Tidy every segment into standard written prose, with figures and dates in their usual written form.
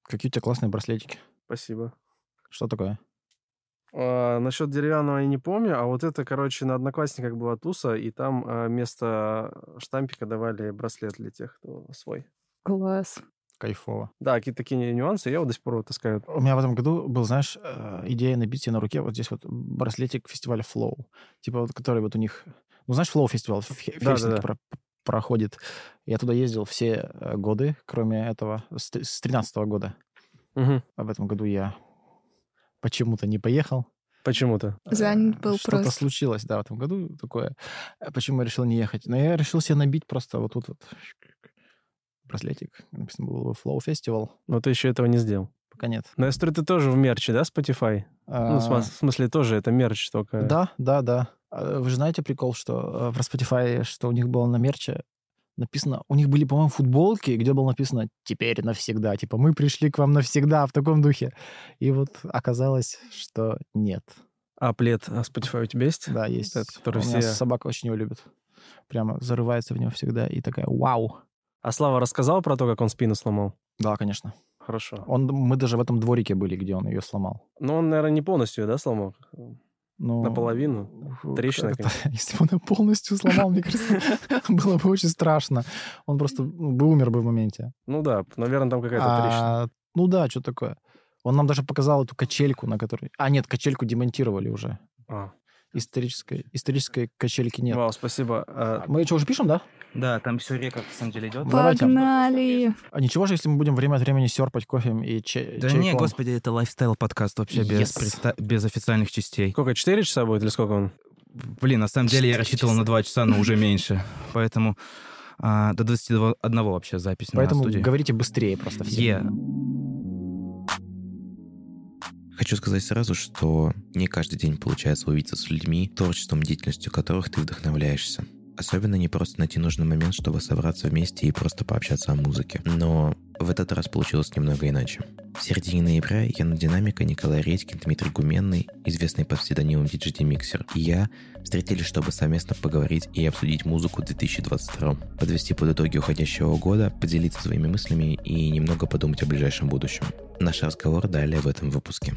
Какие у тебя классные браслетики. Спасибо. Что такое? Насчет деревянного я не помню, а вот это, короче, на Одноклассниках была туса, и там вместо штампика давали браслет для тех, кто свой. Класс. Кайфово. Да, какие-то такие нюансы, я вот до сих пор вот таскаю. У меня в этом году был, знаешь, идея набить себе на руке вот здесь вот браслетик фестиваля Flow. Типа вот, который вот у них... Ну, знаешь, Flow фестиваль в Хельсинки проходит. Я туда ездил все годы, кроме этого, с 13-го года. Угу. А в этом году я почему-то не поехал. Почему-то? Занят был Что-то просто. случилось, да, в этом году такое. Почему я решил не ехать? Но я решил себе набить просто вот тут вот браслетик. Написано было Flow Festival. Но ты еще этого не сделал. Пока нет. Но я смотрю, ты тоже в мерче, да, Spotify? Ну, в смысле, тоже это мерч только... Да. Вы же знаете прикол, что в Spotify, что у них было на мерче написано... У них были, по-моему, футболки, где было написано «Теперь навсегда». Типа «Мы пришли к вам навсегда» в таком духе. И вот оказалось, что нет. А плед Spotify у тебя есть? Да, есть. Этот, который у меня все... собака очень его любит. Прямо зарывается в него всегда и такая «Вау». А Слава рассказал про то, как он спину сломал? Да, конечно. Хорошо. Мы даже в этом дворике были, где он ее сломал. Ну, он, наверное, не полностью, да, сломал? Ну, наполовину? Трещина, конечно. Если бы он полностью сломал, мне кажется, было бы очень страшно. Он просто умер бы в моменте. Ну да, наверное, там какая-то трещина. Ну да, что такое. Он нам даже показал эту качельку, на которой... нет, качельку демонтировали уже. Исторической качельки нет. Вау, спасибо. Мы что, уже пишем, да? Да, там все река, на самом деле, идет. Погнали! А ничего же, если мы будем время от времени серпать кофе и чайком? Да не, господи, это лайфстайл-подкаст вообще без официальных частей. Сколько, 4 часа будет или сколько он? Блин, на самом деле я рассчитывал на 2 часа, но уже меньше. Поэтому до 21 вообще запись на студии. Поэтому говорите быстрее просто все. Хочу сказать сразу, что не каждый день получается увидеться с людьми, творчеством, деятельностью которых ты вдохновляешься. Особенно не просто найти нужный момент, чтобы собраться вместе и просто пообщаться о музыке. Но в этот раз получилось немного иначе. В середине ноября Яна Динамика, Николай Редькин, Дмитрий Гуменный, известный под псевдонимом DJ Mixer, и я встретились, чтобы совместно поговорить и обсудить музыку в 2022, подвести под итоги уходящего года, поделиться своими мыслями и немного подумать о ближайшем будущем. Наш разговор далее в этом выпуске.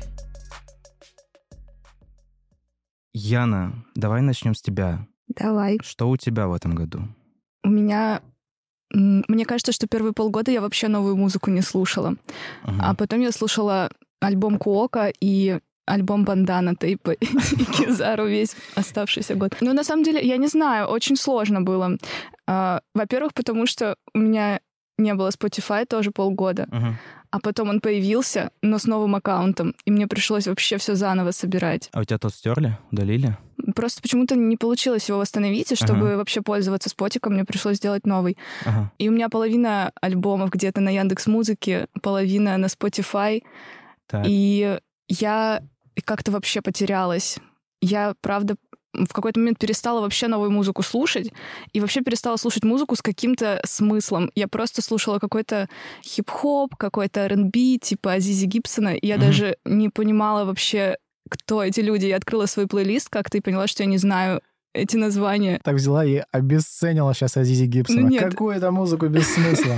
Яна, давай начнем с тебя. Давай. Что у тебя в этом году? У меня... Мне кажется, что первые полгода я вообще новую музыку не слушала. А потом я слушала альбом Куока и альбом Бандана Тейпа и Кизару весь оставшийся год. Но на самом деле, я не знаю, очень сложно было. Во-первых, потому что у меня не было Spotify тоже полгода. А потом он появился, но с новым аккаунтом. И мне пришлось вообще все заново собирать. А у тебя тот стерли? Удалили? Просто почему-то не получилось его восстановить, и чтобы вообще пользоваться Спотиком, мне пришлось сделать новый. И у меня половина альбомов где-то на Яндекс.Музыке, половина на Spotify. Так. И я как-то вообще потерялась. Я, правда, в какой-то момент перестала вообще новую музыку слушать и вообще перестала слушать музыку с каким-то смыслом. Я просто слушала какой-то хип-хоп, какой-то R&B, типа Азизи Гибсона, и я даже не понимала вообще, кто эти люди. Я открыла свой плейлист как-то и поняла, что я не знаю эти названия. Так взяла и обесценила сейчас Азизи Гибсона. Ну, какую это музыку без смысла?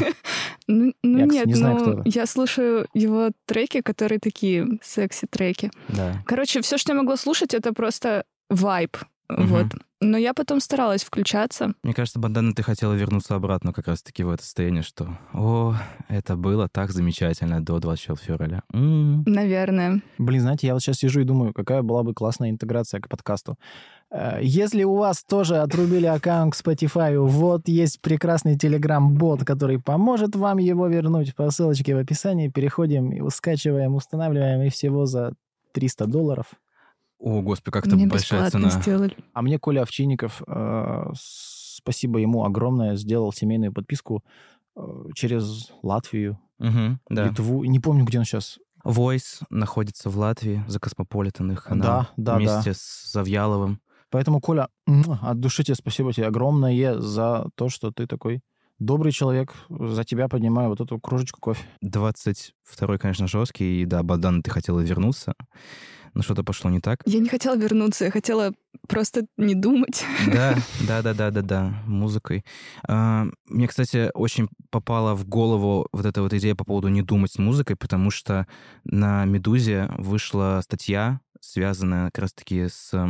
Я слушаю его треки, которые такие секси-треки. Да. Короче, все, что я могла слушать, это просто вайб. Вот. Но я потом старалась включаться. Мне кажется, Бандана, ты хотела вернуться обратно как раз-таки в это состояние, что это было так замечательно до 24 февраля. Наверное. Блин, знаете, я вот сейчас сижу и думаю, какая была бы классная интеграция к подкасту. Если у вас тоже отрубили аккаунт к Spotify, вот есть прекрасный Telegram-бот, который поможет вам его вернуть. По ссылочке в описании переходим, и скачиваем, устанавливаем, и всего за $300. О, господи, как это мне большая бесплатно цена. сделали. А мне Коля Овчинников, спасибо ему огромное, сделал семейную подписку через Латвию, да. Литву. Не помню, где он сейчас. Voice находится в Латвии, за Космополитен их канал. Да. Вместе с Завьяловым. Поэтому, Коля, от души тебе спасибо тебе огромное за то, что ты такой добрый человек. За тебя поднимаю вот эту кружечку кофе. 22-й, конечно, жесткий. И да, Богдан, ты хотела вернуться. но что-то пошло не так. Я не хотела вернуться, я хотела просто не думать. Да, музыкой. Мне, кстати, очень попала в голову вот эта вот идея по поводу не думать с музыкой, потому что на «Медузе» вышла статья, связанная как раз-таки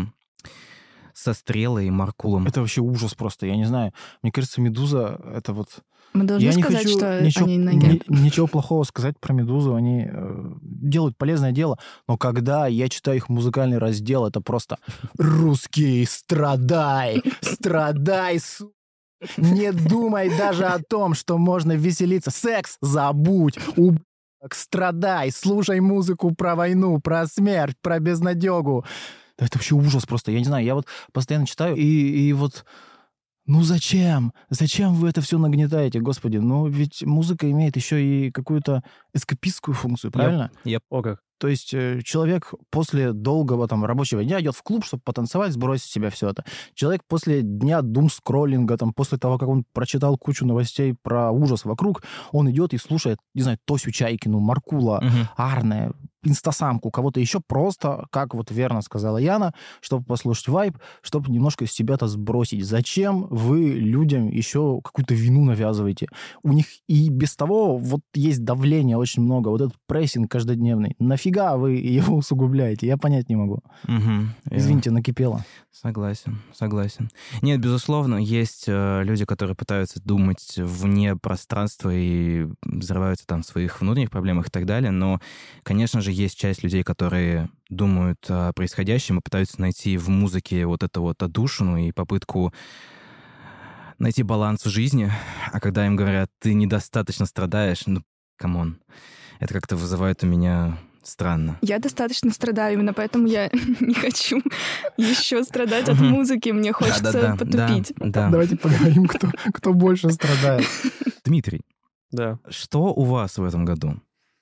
со Стрелой и Маркулом. Это вообще ужас просто, я не знаю. Мне кажется, «Медуза» — это вот... Мы должны Я не сказать, хочу что ничего, они на герб. ничего плохого сказать про «Медузу». Они делают полезное дело. Но когда я читаю их музыкальный раздел, это просто «Русский, страдай! Страдай, не думай даже о том, что можно веселиться. Секс забудь! Страдай! Слушай музыку про войну, про смерть, про безнадегу». Да это вообще ужас просто. Я не знаю, я вот постоянно читаю, и вот... Ну зачем? Зачем вы это все нагнетаете, господи? Ну ведь музыка имеет еще и какую-то эскапистскую функцию, правильно? О как. То есть человек после долгого там рабочего дня идет в клуб, чтобы потанцевать, сбросить с себя все это. Человек после дня думскроллинга, там, после того, как он прочитал кучу новостей про ужас вокруг, он идет и слушает, не знаю, Тосю Чайкину, Маркула, Арне, инстасамку, кого-то еще просто, как вот верно сказала Яна, чтобы послушать вайб, чтобы немножко из себя-то сбросить. Зачем вы людям еще какую-то вину навязываете? У них и без того вот есть давление очень много, вот этот прессинг каждодневный. Нафига вы его усугубляете? Я понять не могу. Извините, накипело. Согласен. Нет, безусловно, есть люди, которые пытаются думать вне пространства и взрываются там в своих внутренних проблемах и так далее, но, конечно же, есть часть людей, которые думают о происходящем и пытаются найти в музыке вот эту вот отдушину и попытку найти баланс в жизни, а когда им говорят, ты недостаточно страдаешь, ну, камон, это как-то вызывает у меня... Странно. Я достаточно страдаю, именно поэтому я не хочу еще страдать от музыки. Мне хочется потупить. Да. Давайте поговорим, кто больше страдает. Дмитрий, Да. что у вас в этом году?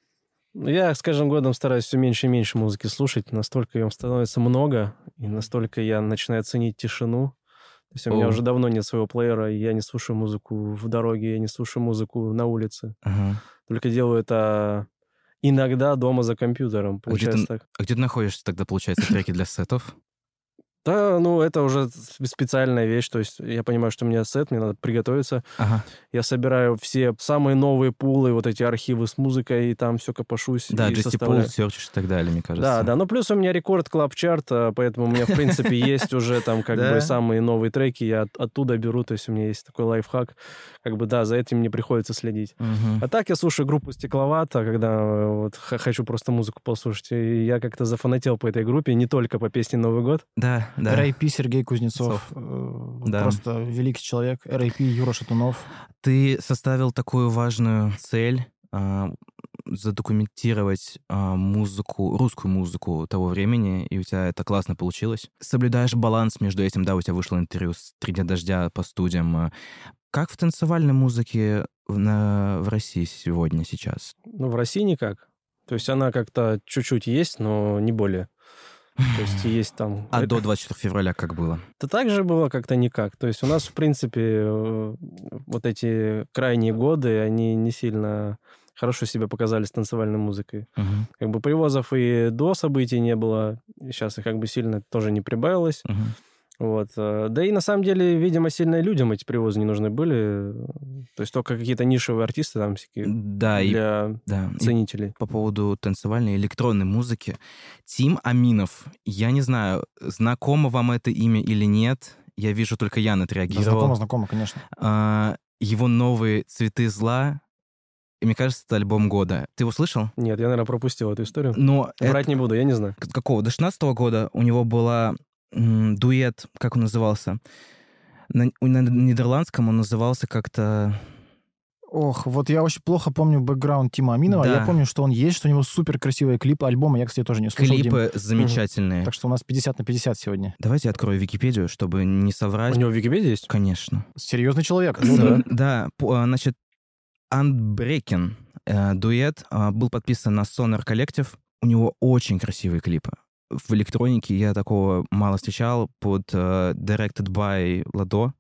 Я с каждым годом стараюсь все меньше и меньше музыки слушать, настолько ее становится много, и настолько я начинаю ценить тишину. То есть у меня уже давно нет своего плеера, и я не слушаю музыку в дороге, я не слушаю музыку на улице. Только делаю это... Иногда дома за компьютером, получается так. А где ты находишься тогда, получается, треки для сетов? Да, ну, это уже специальная вещь, то есть я понимаю, что у меня сет, мне надо приготовиться. Я собираю все самые новые пулы, вот эти архивы с музыкой, и там все копошусь. Да, и Джести Пул, серчишь и так далее, мне кажется. Да, ну плюс у меня рекорд клаб чарт, поэтому у меня, в принципе, есть уже там как бы самые новые треки, я оттуда беру, то есть у меня есть такой лайфхак, как бы, да, за этим не приходится следить. А так я слушаю группу Стекловата, когда вот хочу просто музыку послушать, и я как-то зафанател по этой группе, не только по песне «Новый год». Да. R.I.P. Сергей Кузнецов. Просто великий человек. R.I.P. Юра Шатунов. Ты составил такую важную цель задокументировать музыку, русскую музыку того времени, и у тебя это классно получилось. Соблюдаешь баланс между этим, да, у тебя вышло интервью с «3 дня дождя» по студиям. Как в танцевальной музыке в России сегодня, сейчас? Ну, в России никак. То есть она как-то чуть-чуть есть, но не более. То есть есть там... А до 24 февраля как было? Да так же было как-то никак. То есть у нас, в принципе, вот эти крайние годы, они не сильно хорошо себя показали с танцевальной музыкой. Как бы привозов и до событий не было. Сейчас их как бы сильно тоже не прибавилось. Вот. Да и на самом деле, видимо, сильно людям эти привозы не нужны были. То есть только какие-то нишевые артисты там всякие для ценителей. И по поводу танцевальной электронной музыки. Тим Аминов. Я не знаю, знакомо вам это имя или нет. Я вижу, только Ян отреагировал. Да, знакомо, конечно. Его новые «Цветы зла». И мне кажется, это альбом года. Ты его слышал? Нет, я, наверное, пропустил эту историю. Но врать не буду, я не знаю. Какого? До 16-го года у него была... дуэт, как он назывался? На нидерландском он назывался как-то... Ох, вот я очень плохо помню бэкграунд Тима Аминова. Да. Я помню, что он есть, что у него супер красивые клипы, альбомы. Я, кстати, тоже не слушал. Клипы замечательные. Так что у нас 50/50 сегодня. Давайте я открою Википедию, чтобы не соврать. У него Википедия есть? Конечно. Серьезный человек. Да, значит, Unbreaking дуэт был подписан на Sonar Collective. У него очень красивые клипы. В электронике я такого мало встречал. Под Directed by Lado.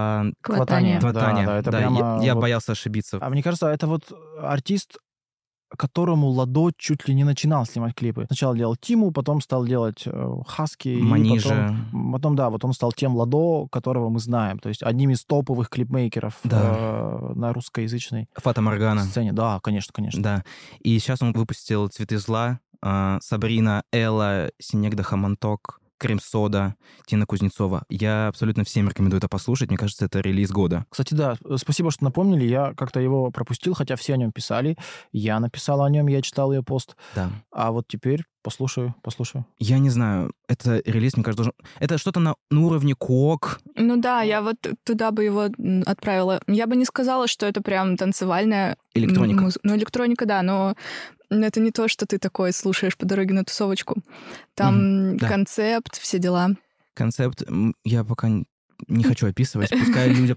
Кватания. Да, это прямо я вот... боялся ошибиться. А мне кажется, это вот артист которому Ладо чуть ли не начинал снимать клипы. Сначала делал Тиму, потом стал делать Хаски. Манижа. Потом, да, вот он стал тем Ладо, которого мы знаем. То есть одним из топовых клипмейкеров на русскоязычной Фата Моргана. сцене. Да, конечно. Да. И сейчас он выпустил «Цветы зла», Сабрина, Элла, Синегда Хаманток, Крем-сода, Тина Кузнецова. Я абсолютно всем рекомендую это послушать. Мне кажется, это релиз года. Кстати, да, спасибо, что напомнили. Я как-то его пропустил, хотя все о нем писали. Я написал о нем, я читал ее пост. Да. А вот теперь послушаю. Я не знаю, это релиз, мне кажется, должен... Это что-то на уровне КОК. Ну да, я вот туда бы его отправила. Я бы не сказала, что это прям танцевальная электроника. Ну, электроника, да, но это не то, что ты такой слушаешь по дороге на тусовочку. Там концепт, все дела. Концепт я пока не хочу описывать. Пускай люди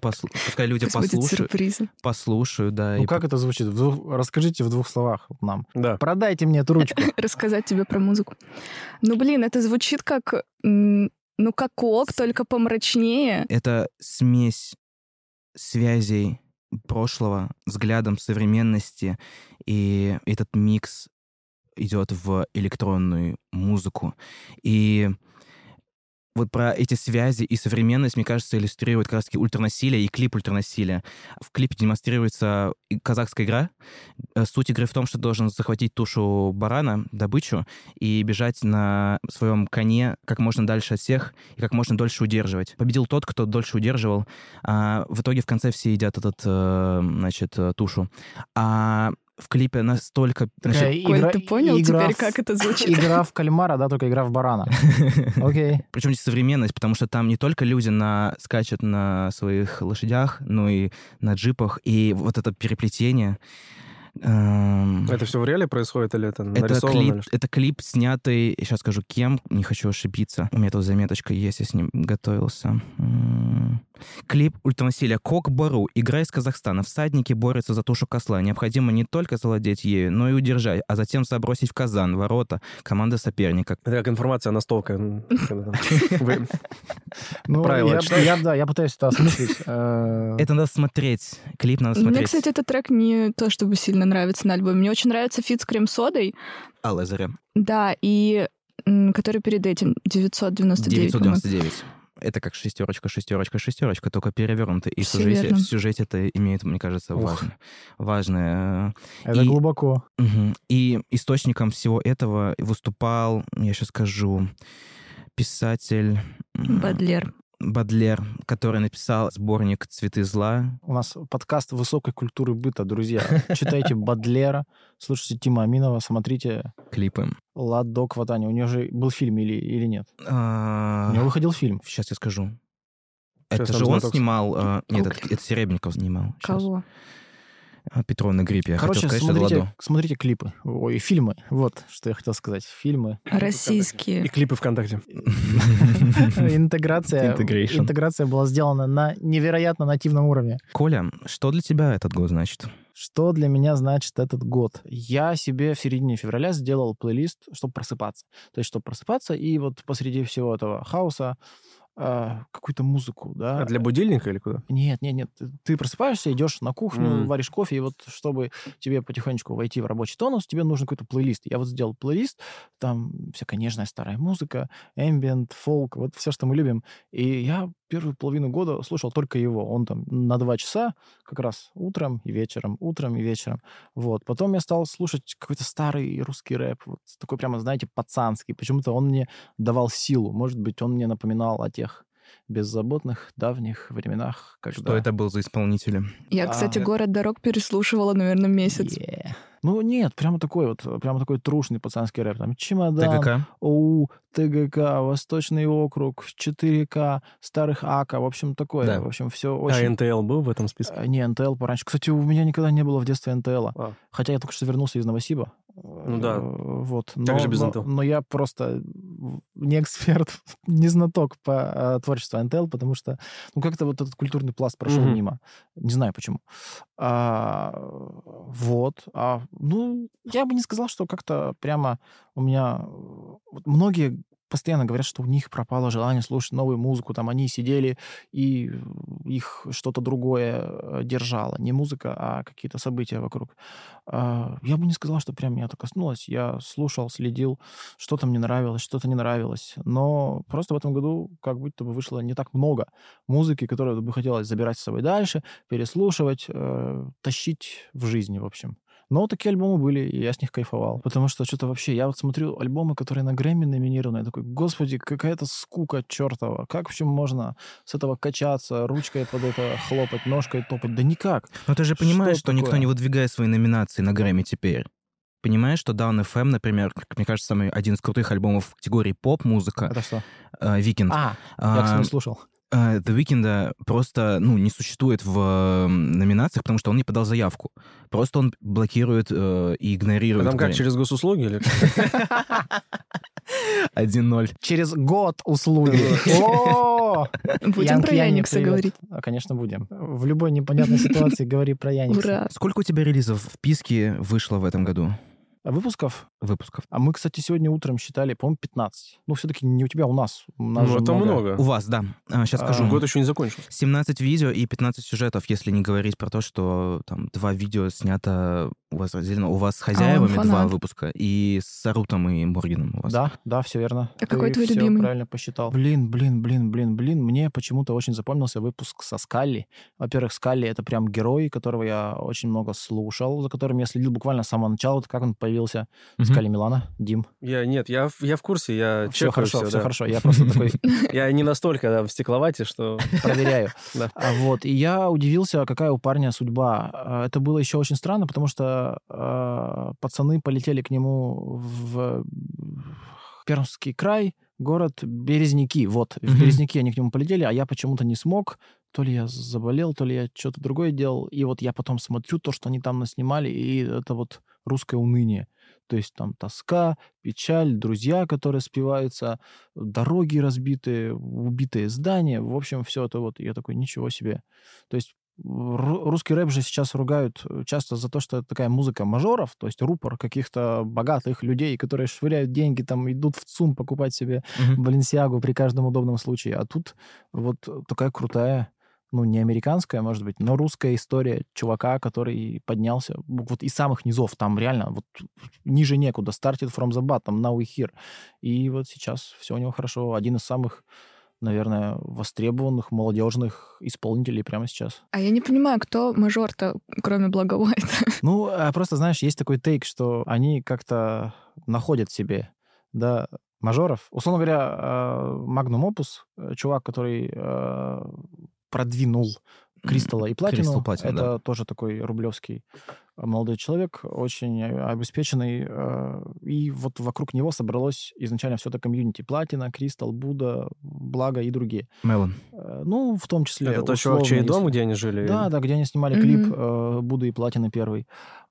послушают, да. Ну, как это звучит? Расскажите в 2 словах нам. Да. Продайте мне эту ручку. Рассказать тебе про музыку. Ну, блин, это звучит как ок, только помрачнее. Это смесь связей прошлого, взглядом современности, и этот микс идет в электронную музыку. И вот про эти связи и современность, мне кажется, иллюстрирует как раз-таки ультранасилие и клип ультранасилия. В клипе демонстрируется казахская игра. Суть игры в том, что ты должен захватить тушу барана, добычу, и бежать на своем коне как можно дальше от всех и как можно дольше удерживать. Победил тот, кто дольше удерживал. В итоге в конце все едят тушу. А в клипе настолько... Коль, ты понял теперь, как это звучит? Игра в кальмара, да, только игра в барана. Окей. Причем здесь современность, потому что там не только люди скачут на своих лошадях, но и на джипах, и вот это переплетение... Это все в реале происходит или это нарисовано? Это клип, снятый, сейчас скажу кем, не хочу ошибиться. У меня тут заметочка есть, я с ним готовился. Клип ультранасилия. Кок Бару. Игра из Казахстана. Всадники борются за тушу козла. Необходимо не только завладеть ею, но и удержать, а затем забросить в казан, ворота команды соперника. Это как информация настолка. Я пытаюсь это осмыслить. Это надо смотреть. Клип надо смотреть. Мне, кстати, этот трек не то чтобы сильно нравится на альбоме. Мне очень нравится фит с Крем-содой. Лазаря. Да, и который перед этим 999. 999. Это как шестерочка, только перевернутый. И в сюжете это имеет, мне кажется, важное. Это глубоко. И источником всего этого выступал, я сейчас скажу, писатель... Бадлер, который написал сборник «Цветы зла». У нас подкаст высокой культуры быта, друзья. Читайте Бадлера, слушайте Тима Аминова, смотрите... Клипы. Ладо Кватани. У него же был фильм или нет? У него выходил фильм. Сейчас я скажу. Это же он снимал... Нет, это Серебренников снимал. Кого? Петровна Гриппе. Короче, смотрите клипы. Ой, фильмы. Вот, что я хотел сказать. Фильмы. Российские. И клипы ВКонтакте. Интеграция была сделана на невероятно нативном уровне. Коля, что для тебя этот год значит? Что для меня значит этот год? Я себе в середине февраля сделал плейлист, чтобы просыпаться. То есть, чтобы просыпаться, и вот посреди всего этого хаоса какую-то музыку, да. А для будильника или куда? Нет. Ты просыпаешься, идешь на кухню, варишь кофе, и вот чтобы тебе потихонечку войти в рабочий тонус, тебе нужен какой-то плейлист. Я вот сделал плейлист, там всякая нежная старая музыка, эмбиент, фолк, вот все, что мы любим. И я первую половину года слушал только его. Он там на 2 часа, как раз утром и вечером. Вот. Потом я стал слушать какой-то старый русский рэп, вот такой прямо, знаете, пацанский. Почему-то он мне давал силу. Может быть, он мне напоминал о тех беззаботных давних временах, когда... Что это был за исполнители? Я, кстати, «Город дорог» переслушивала, наверное, месяц. Ну, нет, прямо такой трушный пацанский рэп. Там «Чемодан», ТГК? ТГК, Восточный округ, 4К, Старых АКа, в общем, такое. Да. В общем, все очень... А НТЛ был в этом списке? Не, НТЛ пораньше. Кстати, у меня никогда не было в детстве НТЛа. Хотя я только что вернулся из Новосиба. Ну да. Вот. Как же без НТЛ? Но я просто не эксперт, не знаток по творчеству НТЛ, потому что как-то вот этот культурный пласт прошел мимо. Не знаю почему. Вот. Я бы не сказал, что как-то прямо у меня... Многие постоянно говорят, что у них пропало желание слушать новую музыку. Там они сидели, и их что-то другое держало. Не музыка, а какие-то события вокруг. Я бы не сказал, что прям меня это коснулось. Я слушал, следил, что-то мне нравилось, что-то не нравилось. Но просто в этом году как будто бы вышло не так много музыки, которую бы хотелось забирать с собой дальше, переслушивать, тащить в жизни, в общем. Но такие альбомы были, и я с них кайфовал. Потому что что-то вообще... Я вот смотрю альбомы, которые на Грэмми номинированы, я такой, господи, какая-то скука чертова. Как вообще можно с этого качаться, ручкой под это хлопать, ножкой топать? Да никак. Но ты же понимаешь, что такое? никто не выдвигает свои номинации на Грэмми теперь. Понимаешь, что Down FM, например, как мне кажется, один из крутых альбомов в категории поп-музыка. Это что? Weeknd. Я, кстати, не слушал. The Weeknd просто, не существует в номинациях, потому что он не подал заявку. Просто он блокирует и игнорирует. А там как, через госуслуги или 1-0. Через год услуги. Будем про Яникса говорить. Конечно, будем. В любой непонятной ситуации говори про Яникса. Ура. Сколько у тебя релизов в Писке вышло в этом году? Выпусков? Выпусков. А мы, кстати, сегодня утром считали, по-моему, 15. Ну, все-таки не у тебя, у нас. У нас же это много. У вас, да. Сейчас скажу. Год еще не закончился. 17 видео и 15 сюжетов, если не говорить про то, что там 2 видео снято у вас отдельно. У вас с хозяевами 2 выпуска, и с Сарутом и Моргином у вас. Да, все верно. А какой твой всё любимый? Правильно посчитал. Блин. Мне почему-то очень запомнился выпуск со Скалли. Во-первых, Скалли — это прям герой, которого я очень много слушал, за которым я следил буквально с самого начала, вот как он появился. Скалли Милана, Дим. Я в курсе, я Все чекаю хорошо, всё, все да. хорошо. Я просто такой Я не настолько в стекловате, что... проверяю. Да. Вот. И я удивился, какая у парня судьба. Это было еще очень странно, потому что пацаны полетели к нему в Пермский край, город Березники. Вот, в Березники они к нему полетели, а я почему-то не смог. То ли я заболел, то ли я что-то другое делал. И вот я потом смотрю то, что они там наснимали, и это вот русское уныние. То есть там тоска, печаль, друзья, которые спиваются, дороги разбитые, убитые здания. В общем, все это вот. Я такой, ничего себе. То есть русский рэп же сейчас ругают часто за то, что это такая музыка мажоров, то есть рупор каких-то богатых людей, которые швыряют деньги, там идут в ЦУМ покупать себе Баленсиагу при каждом удобном случае. А тут вот такая крутая, не американская, может быть, но русская история чувака, который поднялся вот из самых низов. Там реально вот ниже некуда. Started from the bottom, now we here. И вот сейчас все у него хорошо. Один из самых, наверное, востребованных молодежных исполнителей прямо сейчас. А я не понимаю, кто мажор-то, кроме Блага Уайта? Просто, знаешь, есть такой тейк, что они как-то находят себе, да, мажоров. Условно говоря, Magnum Opus, чувак, который продвинул Кристалла и Платину. Это тоже такой рублевский молодой человек, очень обеспеченный. И вот вокруг него собралось изначально все это комьюнити. Платина, Кристалл, Будда, Благо и другие. Мелон. В том числе. Это тот чувак, чей дом, где они жили? Да, где они снимали клип Будды и Платины первый.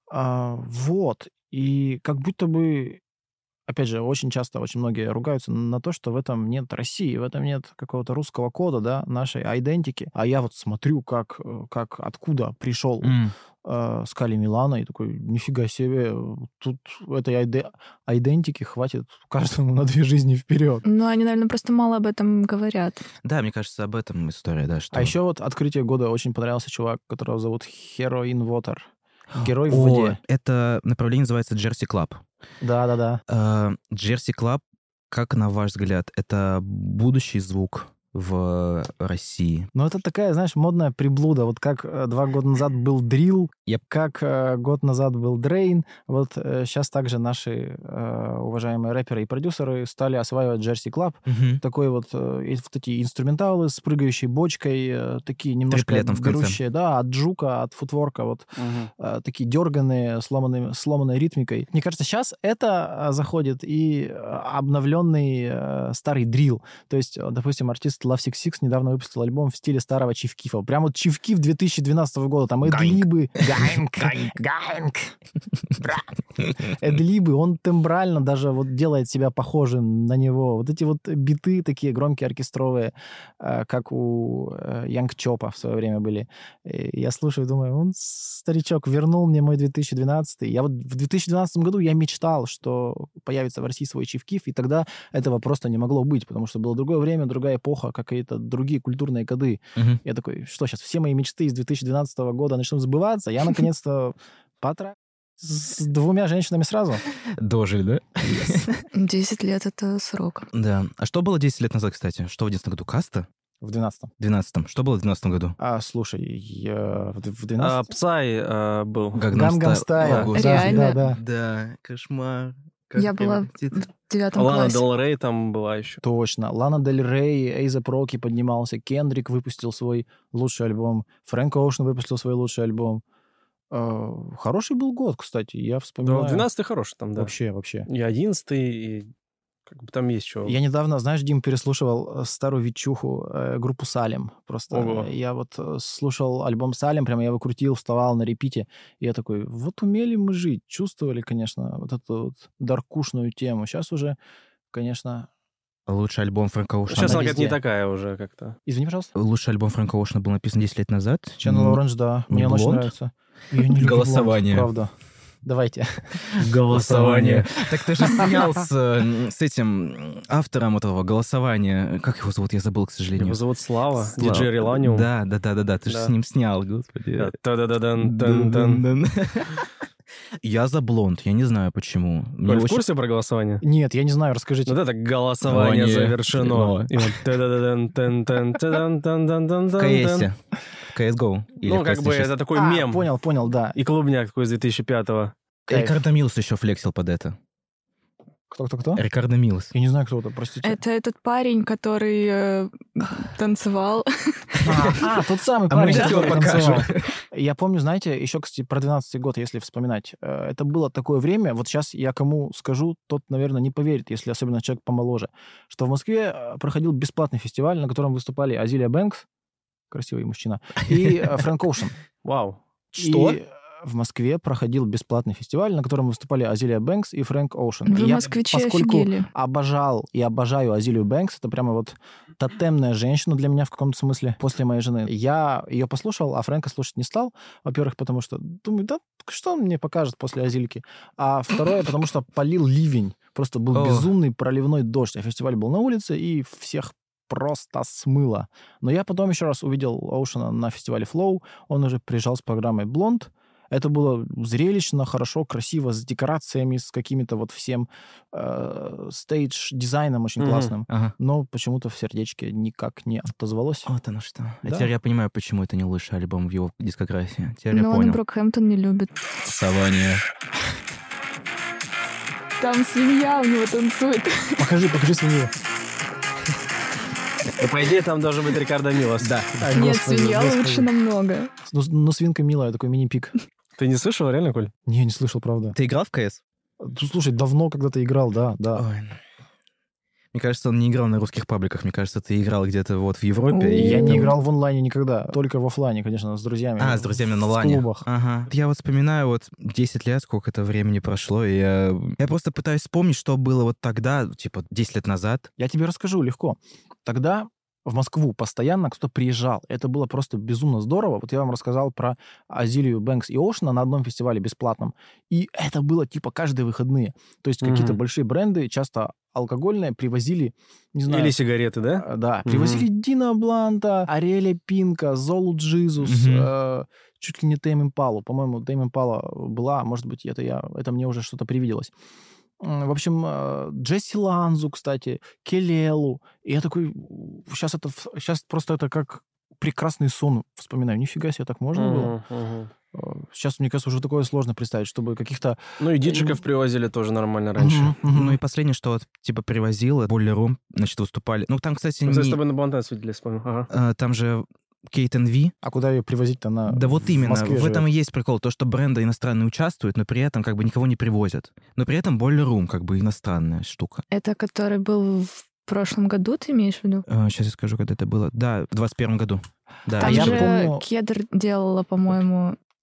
Вот. И как будто бы... Опять же, очень часто очень многие ругаются на то, что в этом нет России, в этом нет какого-то русского кода, да, нашей айдентики. А я вот смотрю, откуда пришел Скалли Милана, и такой, нифига себе, тут этой айдентики хватит каждому на 2 жизни вперед. Они, наверное, просто мало об этом говорят. Да, мне кажется, об этом история, да. Что... А еще вот открытие года очень понравился чувак, которого зовут Hero in Water. Герой в воде. Это направление называется Jersey Club. Да. Jersey Club, как на ваш взгляд, это будущий звук в России? Это такая, знаешь, модная приблуда. Вот как 2 года назад был дрилл, как год назад был дрейн, вот сейчас также наши уважаемые рэперы и продюсеры стали осваивать Jersey Club. Такой вот эти инструменталы с прыгающей бочкой, такие немножко берущие, да, от джука, от футворка, вот такие дерганые, сломанной ритмикой. Мне кажется, сейчас это заходит и обновленный старый дрилл. То есть, допустим, артист Love 66 недавно выпустил альбом в стиле старого Чиф Кифа. Прям вот Чиф Киф 2012 года. Там эдлибы. Ганг. эдлибы, он тембрально даже вот делает себя похожим на него. Вот эти вот биты такие громкие, оркестровые, как у Янг Чопа в свое время были. И я слушаю, думаю, он, старичок, вернул мне мой 2012. Я вот в 2012 году я мечтал, что появится в России свой Чиф Киф, и тогда этого просто не могло быть, потому что было другое время, другая эпоха, какие-то другие культурные коды. Я такой, что сейчас, все мои мечты из 2012 года начнут сбываться? Я наконец-то с 2 женщинами сразу. Дожили, да? 10 лет — это срок. Да. А что было 10 лет назад, кстати? Что в 11 году? Каста? В 12-м. В 12-м. Что было в 12 году? Слушай, в 12-м... Псай был. Гангам Стайл. Реально? Да, кошмар. Я была в 9 Лана классе. Дель Рей там была еще. Точно. Лана Дель Рей, Эйзап Роки поднимался, Кендрик выпустил свой лучший альбом, Фрэнк Оушен выпустил свой лучший альбом. Хороший был год, кстати, я вспоминаю. 12-й хороший там, да. Вообще. И 11-й, и как бы там есть чего. Я недавно, знаешь, Дим, переслушивал старую ветчуху, группу Салем. Просто Ого. я вот слушал альбом Салем, прямо я его крутил, вставал на репите, и я такой, вот умели мы жить, чувствовали, конечно, вот эту вот даркушную тему. Сейчас уже, конечно... Лучший альбом Фрэнка Оушена. Сейчас она везде. какая-то не такая уже как-то. Извини, пожалуйста. Лучший альбом Фрэнка Оушена был написан 10 лет назад. Channel Orange, да. не Мне он очень Blonde? нравится. Я не люблю Голосование. Blonde, правда. Давайте. Голосование. Так ты же снял с этим автором этого голосования. Как его зовут? Я забыл, к сожалению. Его зовут Слава, Слава. диджей Реланиум. Да. Ты же Да. с ним снял, господи. Да. Та-да-да-дан-дан-дан. Я за Блонд, я не знаю почему. Коль, в курсе про голосование? Нет, я не знаю, расскажите. Вот это голосование завершено. И вот та-да-да-дан-тан-тан-тан-тан-тан-тан-тан. В КСе. В CSGO. Или Ну, в как бы CS6. это такой мем. Понял, да. И клубняк такой из 2005-го. Кайф. Рикардо Милс еще флексил под это. Кто? Рикардо Милс. Я не знаю, кто это, простите. Это этот парень, который танцевал. Тот самый А мы парень, сейчас его который танцевал. покажем. Я помню, знаете, еще, кстати, про 12-й год, если вспоминать. Это было такое время, вот сейчас я кому скажу, тот, наверное, не поверит, если особенно человек помоложе, что в Москве проходил бесплатный фестиваль, на котором выступали Азилия Бэнкс, красивый мужчина, и Фрэнк Оушен. Вау. Что? И в Москве проходил бесплатный фестиваль, на котором выступали Азилия Бэнкс и Фрэнк Оушен. Вы, И я, москвичи, поскольку офигели. обожал и обожаю Азилию Бэнкс, это прямо вот тотемная женщина для меня в каком-то смысле после моей жены. Я ее послушал, а Фрэнка слушать не стал. Во-первых, потому что думаю, да что он мне покажет после Азильки? А второе, потому что полил ливень. Просто был безумный проливной дождь. А фестиваль был на улице, и всех просто смыло. Но я потом еще раз увидел Оушена на фестивале Flow. Он уже приезжал с программой Blonde. Это было зрелищно, хорошо, красиво, с декорациями, с какими-то вот всем стейдж-дизайном очень классным. Ага. Но почему-то в сердечке никак не отозвалось. Вот оно что. А Да. теперь я понимаю, почему это не лучший альбом в его дискографии. Теперь я Но он и понял. Брокхэмптон не любит. Голосование. Там свинья у него танцует. Покажи свинью. Ну, по идее, там должен быть Рикардо Милос. Да. Нет, свинья лучше намного. Ну, свинка милая, такой мини-пик. Ты не слышал, реально, Коль? Не слышал, правда. Ты играл в КС? Слушай, давно когда-то играл, да. Ой. Мне кажется, он не играл на русских пабликах. Мне кажется, ты играл где-то вот в Европе. О. и Я не там- играл в онлайне никогда, только в офлайне, конечно, с друзьями. А, с друзьями на в лане. клубах. Ага. Я вот вспоминаю, вот 10 лет, сколько это времени прошло, и я просто пытаюсь вспомнить, что было вот тогда, типа 10 лет назад. Я тебе расскажу легко. Тогда в Москву постоянно кто-то приезжал. Это было просто безумно здорово. Вот я вам рассказал про Азилию Бэнкс и Оушена на одном фестивале бесплатном. И это было типа каждые выходные. То есть какие-то большие бренды, часто алкогольные, привозили, не знаю... Или сигареты, да? Да, привозили Дина Бланта, Ариэля Пинка, Золу Джизус, чуть ли не Тейм Импалу. По-моему, Тейм Импала была, может быть, это мне уже что-то привиделось. В общем, Джесси Ланзу, кстати, Келелу. И я такой, сейчас просто это как прекрасный сон вспоминаю. Нифига себе, так можно было? Сейчас, мне кажется, уже такое сложно представить, чтобы каких-то... Ну и диджиков привозили тоже нормально раньше. Ну и последнее, что вот, типа, привозил, Boiler Room, значит, выступали. Ну, там, кстати, Мы с тобой на Блантас видели, вспомнил. Ага. там же Кейт Ви. А куда ее привозить-то? Она Да вот именно, Москве в этом и живет. есть прикол. То, что бренды иностранные участвуют, но при этом как бы никого не привозят. Но при этом Boiler Room как бы иностранная штука. Это который был в прошлом году, ты имеешь в виду? Сейчас я скажу, когда это было. Да, в 21 году. Да, Там я же помню- Кедр делала, по-моему,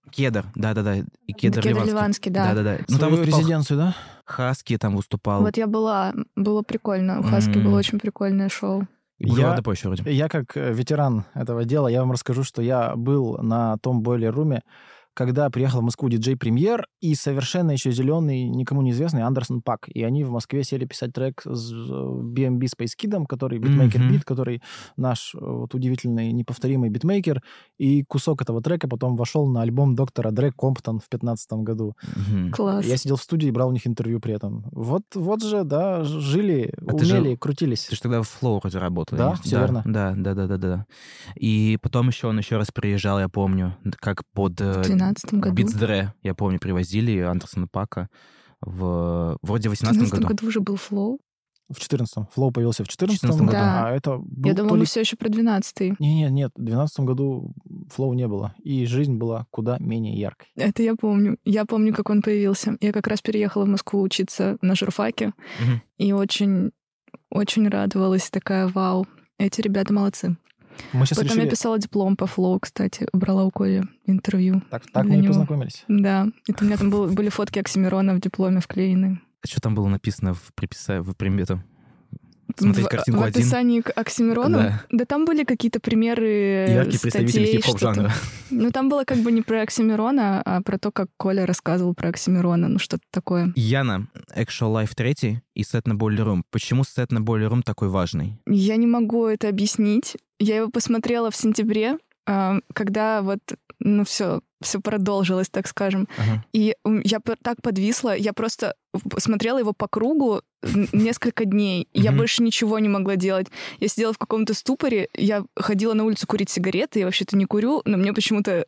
Кедр, да-да-да. И Кедр Ливанский, да. Да-да-да. Ну, там резиденцию, да? Хаски там выступал. Вот я была, было прикольно. У Хаски было очень прикольное шоу. И Бульвар Депо еще вроде. Я как ветеран этого дела, я вам расскажу, что я был на том бойлер-руме, когда приехал в Москву диджей-премьер, и совершенно еще зеленый, никому неизвестный Андерсон .Пак. И они в Москве сели писать трек с BMB Space Kid'ом, который битмейкер бит, который наш вот удивительный, неповторимый битмейкер. И кусок этого трека потом вошел на альбом доктора Дре «Комптон» в 2015 году. Класс. Я сидел в студии и брал у них интервью при этом. Вот же, да, жили, умели, крутились. Ты же тогда в Flow вроде работал. Да, все верно. Да. И потом он еще раз приезжал, я помню, как под... В 2012 году. Beats Dre, я помню, привозили Андерсона .Пака вроде в 2018 году. В 2012 году уже был Flow. В 14-м. Flow появился в 14-м году, да. а это был Я думала, мы все еще про 12-й. Нет, в 12-м году Flow не было, и жизнь была куда менее яркой. Это я помню. Я помню, как он появился. Я как раз переехала в Москву учиться на журфаке, и очень, очень радовалась, такая, вау, эти ребята молодцы. Потом я писала диплом по Flow, кстати, брала у Коли интервью. Так мы и познакомились. Да, это у меня там были фотки Оксимирона в дипломе вклеены. А что там было написано в примету? Смотреть картинку в описании к Оксимирону? Да там были какие-то примеры яркие статей, представители хип-хоп-жанра. Ну, там было как бы не про Оксимирона, а про то, как Коля рассказывал про Оксимирона, ну, что-то такое. Яна, Actual Life 3 и сет на Boiler Room. Почему сет на Boiler Room такой важный? Я не могу это объяснить. Я его посмотрела в сентябре, когда вот, ну, все продолжилось, так скажем. И я так подвисла, я просто смотрела его по кругу несколько дней, и я больше ничего не могла делать. Я сидела в каком-то ступоре, я ходила на улицу курить сигареты, я вообще-то не курю, но мне почему-то,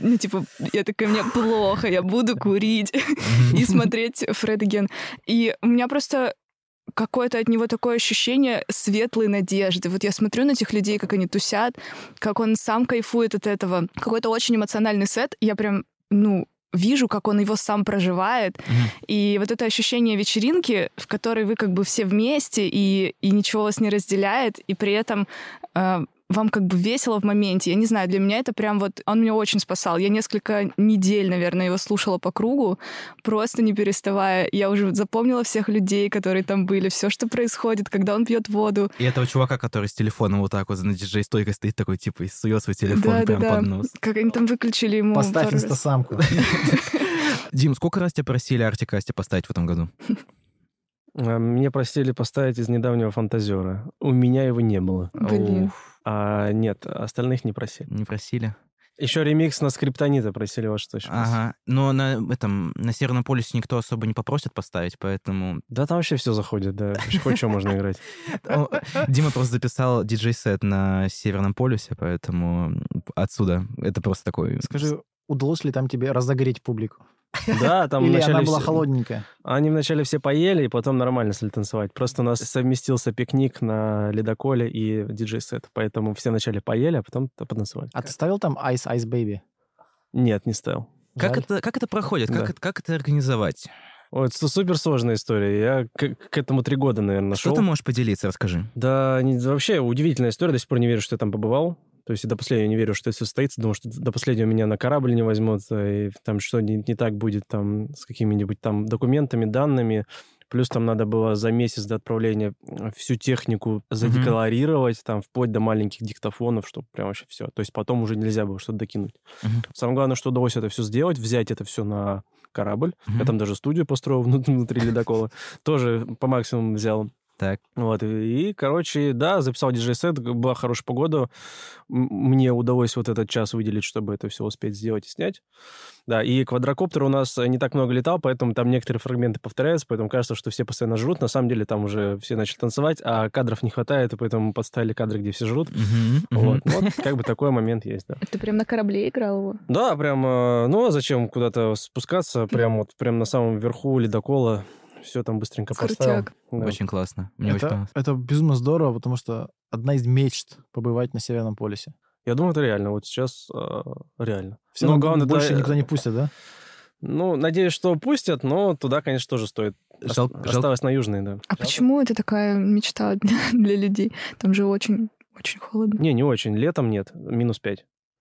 я такая, мне плохо, я буду курить и смотреть Фред Again. И у меня просто какое-то от него такое ощущение светлой надежды. Вот я смотрю на этих людей, как они тусят, как он сам кайфует от этого. Какой-то очень эмоциональный сет. Я прям, вижу, как он его сам проживает. И вот это ощущение вечеринки, в которой вы как бы все вместе, и ничего вас не разделяет, и при этом вам как бы весело в моменте. Я не знаю, для меня это прям вот... Он меня очень спасал. Я несколько недель, наверное, его слушала по кругу, просто не переставая. Я уже запомнила всех людей, которые там были, все, что происходит, когда он пьет воду. И этого чувака, который с телефоном вот так вот на диджей-стойкой стоит, такой, типа, и сует свой телефон прям под нос. Как они там выключили ему... Поставь инстасамку. Дим, сколько раз тебя просили Артик Асти поставить в этом году? Мне просили поставить из недавнего фантазера. У меня его не было. Блин. Нет, остальных не просили. Не просили? Еще ремикс на Скриптонита просили, вот что еще. Ага, но на Северном полюсе никто особо не попросит поставить, поэтому... Да, там вообще все заходит, да. Хоть что можно играть. Дима просто записал диджей-сет на Северном полюсе, поэтому отсюда это просто такой... Скажи, удалось ли там тебе разогреть публику? Да, там или вначале она была холодненькая? Они вначале все поели, и потом нормально стали танцевать. Просто у нас совместился пикник на ледоколе и диджей-сет. Поэтому все вначале поели, а потом потанцевали. А ты ставил там Ice Ice Baby? Нет, не ставил. Как это проходит? Да. Как это организовать? Ой, это суперсложная история. Я к этому 3 года, наверное, шел. Что ты можешь поделиться? Расскажи. Да, вообще удивительная история. До сих пор не верю, что я там побывал. То есть я до последнего не верю, что это все состоится. Думаю, что до последнего меня на корабль не возьмут, и там что не так будет там с какими-нибудь там документами, данными. Плюс там надо было за месяц до отправления всю технику задекларировать, там вплоть до маленьких диктофонов, чтобы прям вообще все. То есть потом уже нельзя было что-то докинуть. Самое главное, что удалось это все сделать, взять это все на корабль. Я там даже студию построил внутри ледокола. Тоже по максимуму взял. Так. Вот, и, короче, да, записал диджей-сет, была хорошая погода, мне удалось вот этот час выделить, чтобы это все успеть сделать и снять. Да, и квадрокоптер у нас не так много летал, поэтому там некоторые фрагменты повторяются, поэтому кажется, что все постоянно жрут. На самом деле там уже все начали танцевать, а кадров не хватает, и поэтому подставили кадры, где все жрут. Вот, как бы такой момент есть, да. Ты прям на корабле играл его? Да, прям, а зачем куда-то спускаться, прям на самом верху ледокола. Все там быстренько поставил. Да. Очень классно. Мне очень понравилось. Это безумно здорово, потому что одна из мечт побывать на Северном полюсе. Я думаю, это реально. Вот сейчас реально. Все равно главное, больше никто не пустит, да? Надеюсь, что пустят, но туда, конечно, тоже стоит. Осталось на Южной, да. А почему это такая мечта для людей? Там же очень, очень холодно. Не очень. Летом нет. -5.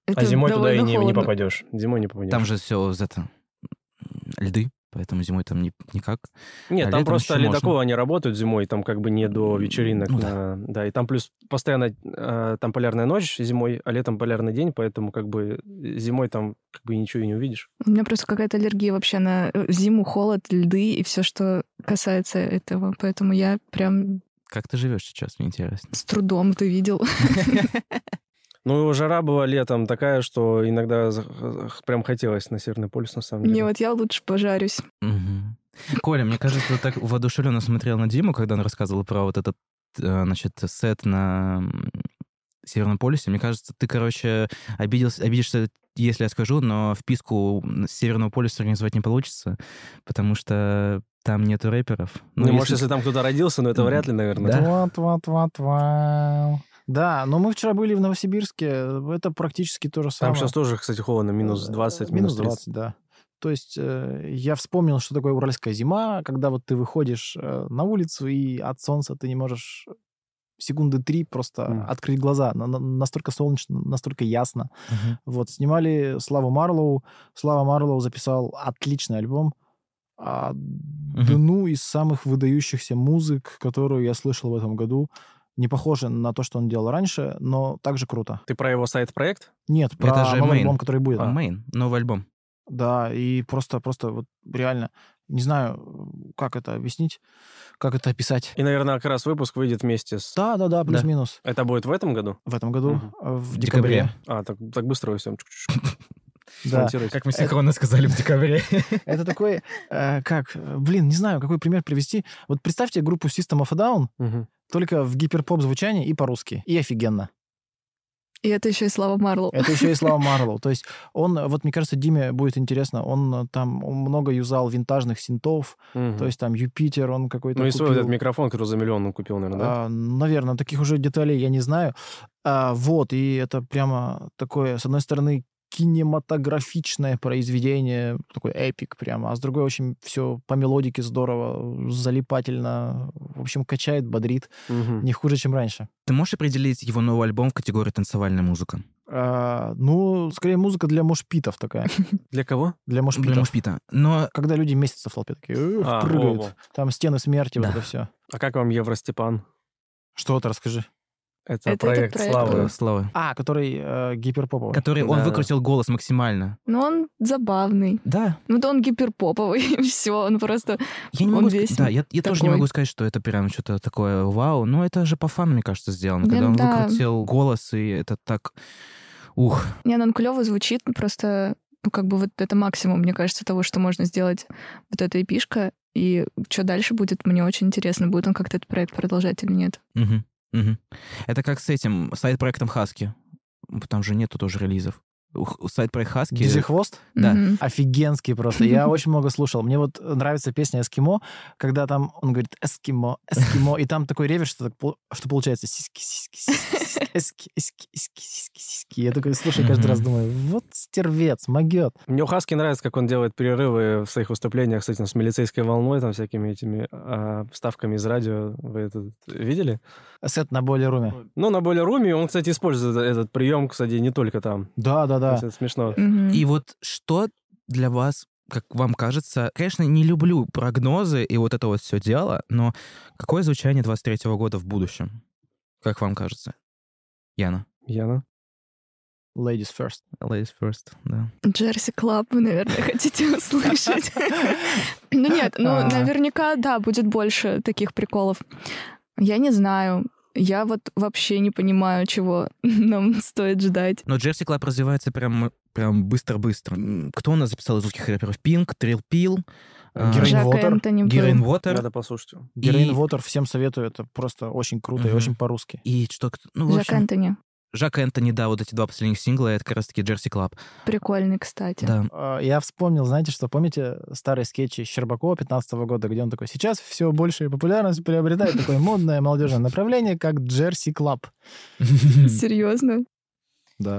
Это А зимой туда и довольно не холодно. попадешь. Зимой не попадешь. Там же все льды, поэтому зимой там никак. Нет, А там летом просто еще можно. ледоколы, они работают зимой, там как бы не до вечеринок. Ну Да, и там плюс постоянно там полярная ночь зимой, а летом полярный день, поэтому как бы зимой там как бы ничего и не увидишь. У меня просто какая-то аллергия вообще на зиму, холод, льды и все, что касается этого. Поэтому я прям Как ты живешь сейчас, мне интересно. с трудом, ты видел. Ну, жара была летом такая, что иногда прям хотелось на Северный полюс, на самом деле. Не, вот я лучше пожарюсь. Мгм. Коля, мне кажется, ты так воодушевленно смотрел на Диму, когда он рассказывал про вот этот, значит, сет на Северном полюсе. Мне кажется, ты, короче, обидишься, если я скажу, но вписку Северного полюса организовать не получится, потому что там нету рэперов. Ну, может, если там кто-то родился, но это вряд ли, наверное. Да. Вот. Да, но мы вчера были в Новосибирске, это практически то же Там самое. сейчас тоже, кстати, холодно, минус 20, минус 30. 20, да. То есть я вспомнил, что такое уральская зима, когда вот ты выходишь на улицу, и от солнца ты не можешь секунды 3 просто открыть глаза. Настолько солнечно, настолько ясно. Вот, снимали Славу Марлоу. Слава Марлоу записал отличный альбом. Одну из самых выдающихся музык, которую я слышал в этом году. Не похоже на то, что он делал раньше, но также круто. Ты про его сайт-проект? Нет, про Это же новый Main. альбом, который будет. Main, новый альбом. Да, и просто вот реально, не знаю, как это объяснить, как это описать. И, наверное, как раз выпуск выйдет вместе с... Да, плюс-минус. Это будет в этом году? В этом году, в декабре. декабре. Так быстро вы всем Да. смонтируете. Как мы синхронно сказали в декабре. Это такой, не знаю, какой пример привести. Вот представьте группу System of a Down, Мгм. только в гиперпоп звучании и по-русски. И офигенно. И это еще и Слава Марлоу. Это еще и Слава Марлоу. То есть он, вот мне кажется, Диме будет интересно, он там много юзал винтажных синтов, Мгм. то есть там Юпитер, он какой-то Ну и свой вот купил. этот микрофон, который за миллион он купил, наверное, да? Наверное, таких уже деталей я не знаю. Вот, и это прямо такое, с одной стороны, кинематографичное произведение, такой эпик прямо, а с другой очень все по мелодике здорово, залипательно, в общем, качает, бодрит, Мгм. не хуже, чем раньше. Ты можешь определить его новый альбом в категории танцевальная музыка? Ну, скорее, музыка для мошпитов такая. Для кого? Для Для мошпитов. Мушпита. Но Когда люди месяцев в толпе такие А, прыгают. во-во. Там стены смерти, вот Да. это все. А как вам Евростепан? Что ты расскажи. Это Это проект проект. Славы. Слава. Который гиперпоповый. Который он Да. выкрутил голос максимально. Но он забавный. Да. Ну, то он гиперпоповый, и все, он просто... Я не Он могу весь да, я тоже не такой. могу сказать, что это прям что-то такое вау, но это же по фану, мне кажется, сделано. Блин, Когда он да. выкрутил голос, и это так... Ух. Не, ну он клево звучит, просто, ну, как бы вот это максимум, мне кажется, того, что можно сделать вот эта эпишка. И что дальше будет, мне очень интересно, будет он как-то этот проект продолжать или нет. Мгм. Мгм. Это как с этим сайт-проектом Хаски. Там же нету тоже релизов. Сайт-проект Хаски... Диджей Хвост? Да. Мгм. Офигенский просто. Я очень много слушал. Мне вот нравится песня «Эскимо», когда там он говорит «эскимо», «эскимо», и там такой реверс, что получается «сиськи, сиськи, сиськи, эски, эски, эски, сиськи, сиськи». Я такой слушаю каждый раз, думаю, вот стервец, могет. Мне у Хаски нравится, как он делает перерывы в своих выступлениях с этим, с милицейской волной, там всякими этими вставками из радио. Вы это видели? Сет на бойлер-руме. Ну, на Бойлер-руме он, кстати, использует этот прием, кстати, не только там. Да. То есть это смешно. Мгм. И вот что для вас, как вам кажется, конечно, не люблю прогнозы и вот это вот все дело, но какое звучание 23-го года в будущем? Как вам кажется? Яна. Яна? Ladies first. Ladies first, да. Джерси Клаб, вы, наверное, хотите услышать. Ну нет, ну наверняка, да, будет больше таких приколов. Я не знаю. Я вот вообще не понимаю, чего нам стоит ждать. Но Джерси Клаб развивается прям быстро-быстро. Кто у нас записал из русских рэперов? Пинк, Трил Пил, Героин Жак Вотер. Энтони был. Героин Вотер. Надо послушать его. Героин Вотер всем советую. Это просто очень круто и Мгм. очень по-русски. И что... Ну, в Жак общем, Энтони. Жак Энтони, да, вот эти 2 последних сингла, это как раз-таки Джерси Клаб. Прикольный, кстати. Да. Я вспомнил, знаете, что помните старые скетчи Щербакова 15 года, где он такой, сейчас все большую популярность приобретает такое модное молодежное направление, как Джерси Клаб. Серьезно? Да.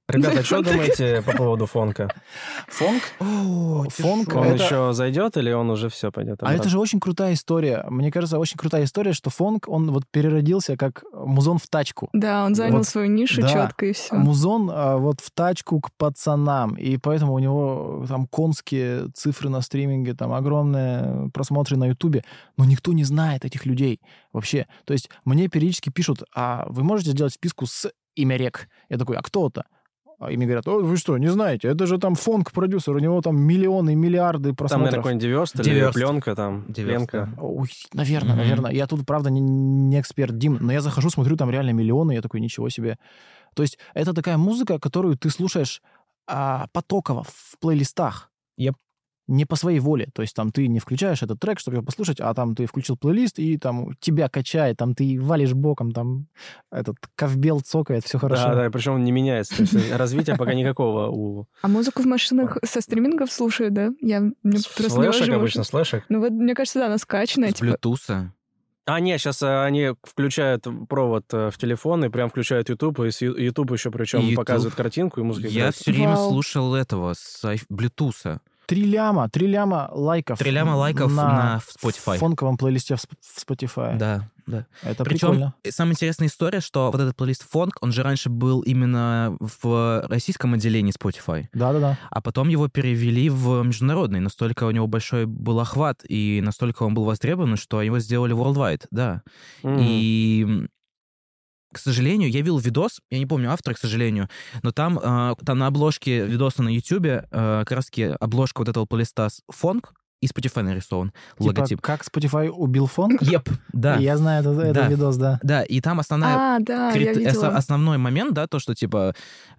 Ребята, что думаете по поводу фонка? Фонк? Фонк Он это... еще зайдет или он уже все пойдет? А это же очень крутая история. Мне кажется, очень крутая история, что фонк, он вот переродился как музон в тачку. Да, он занял Вот, свою нишу да. четко и все. Музон вот в тачку к пацанам. И поэтому у него там конские цифры на стриминге, там огромные просмотры на Ютубе. Но никто не знает этих людей вообще. То есть мне периодически пишут, а вы можете сделать вписку с имя рек? Я такой, а кто это? И мне говорят, вы что, не знаете? Это же там фонк-продюсер, у него там миллионы, миллиарды Там, просмотров. наверное, какой-нибудь диверст или Диверст. пленка там. Диверст, Пленка. да. Ой, наверное. Я тут, правда, не эксперт, Дим, но я захожу, смотрю, там реально миллионы, я такой, ничего себе. То есть это такая музыка, которую ты слушаешь потоково в плейлистах. Yep. Не по своей воле. То есть там ты не включаешь этот трек, чтобы его послушать, а там ты включил плейлист, и там тебя качает, там ты валишь боком, там этот ковбел цокает, все хорошо. Да, причем он не меняется. То есть развития пока никакого у... А музыку в машинах со стримингов слушают, да? Мне просто не Слэшек очень обычно, можно. слэшек. Ну вот, мне кажется, да, она скачанная. С Типа, Bluetooth. Нет, сейчас они включают провод в телефон и прям включают YouTube, и с YouTube еще причем YouTube. показывают картинку, и музыка Я играет. все время Вау. слушал этого с Bluetooth. 3 ляма лайков. 3 ляма лайков на Spotify. В фонковом плейлисте в Spotify. Да. Это Причем прикольно. самая интересная история, что вот этот плейлист фонк, он же раньше был именно в российском отделении Spotify, Да. а потом его перевели в международный. Настолько у него большой был охват, и настолько он был востребован, что его сделали worldwide, да. И... К сожалению, я видел видос, я не помню автора, к сожалению, но там на обложке видоса на YouTube как раз обложка вот этого плейлиста фонк и Spotify нарисован, логотип. Как Spotify убил фонк? Еп, да. Я знаю этот видос, да. Да, и там основная да, я видела. основной момент, да, то, что, типа,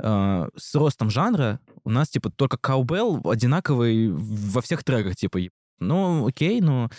с ростом жанра у нас, типа, только каубелл одинаковый во всех треках, типа, ну, окей, но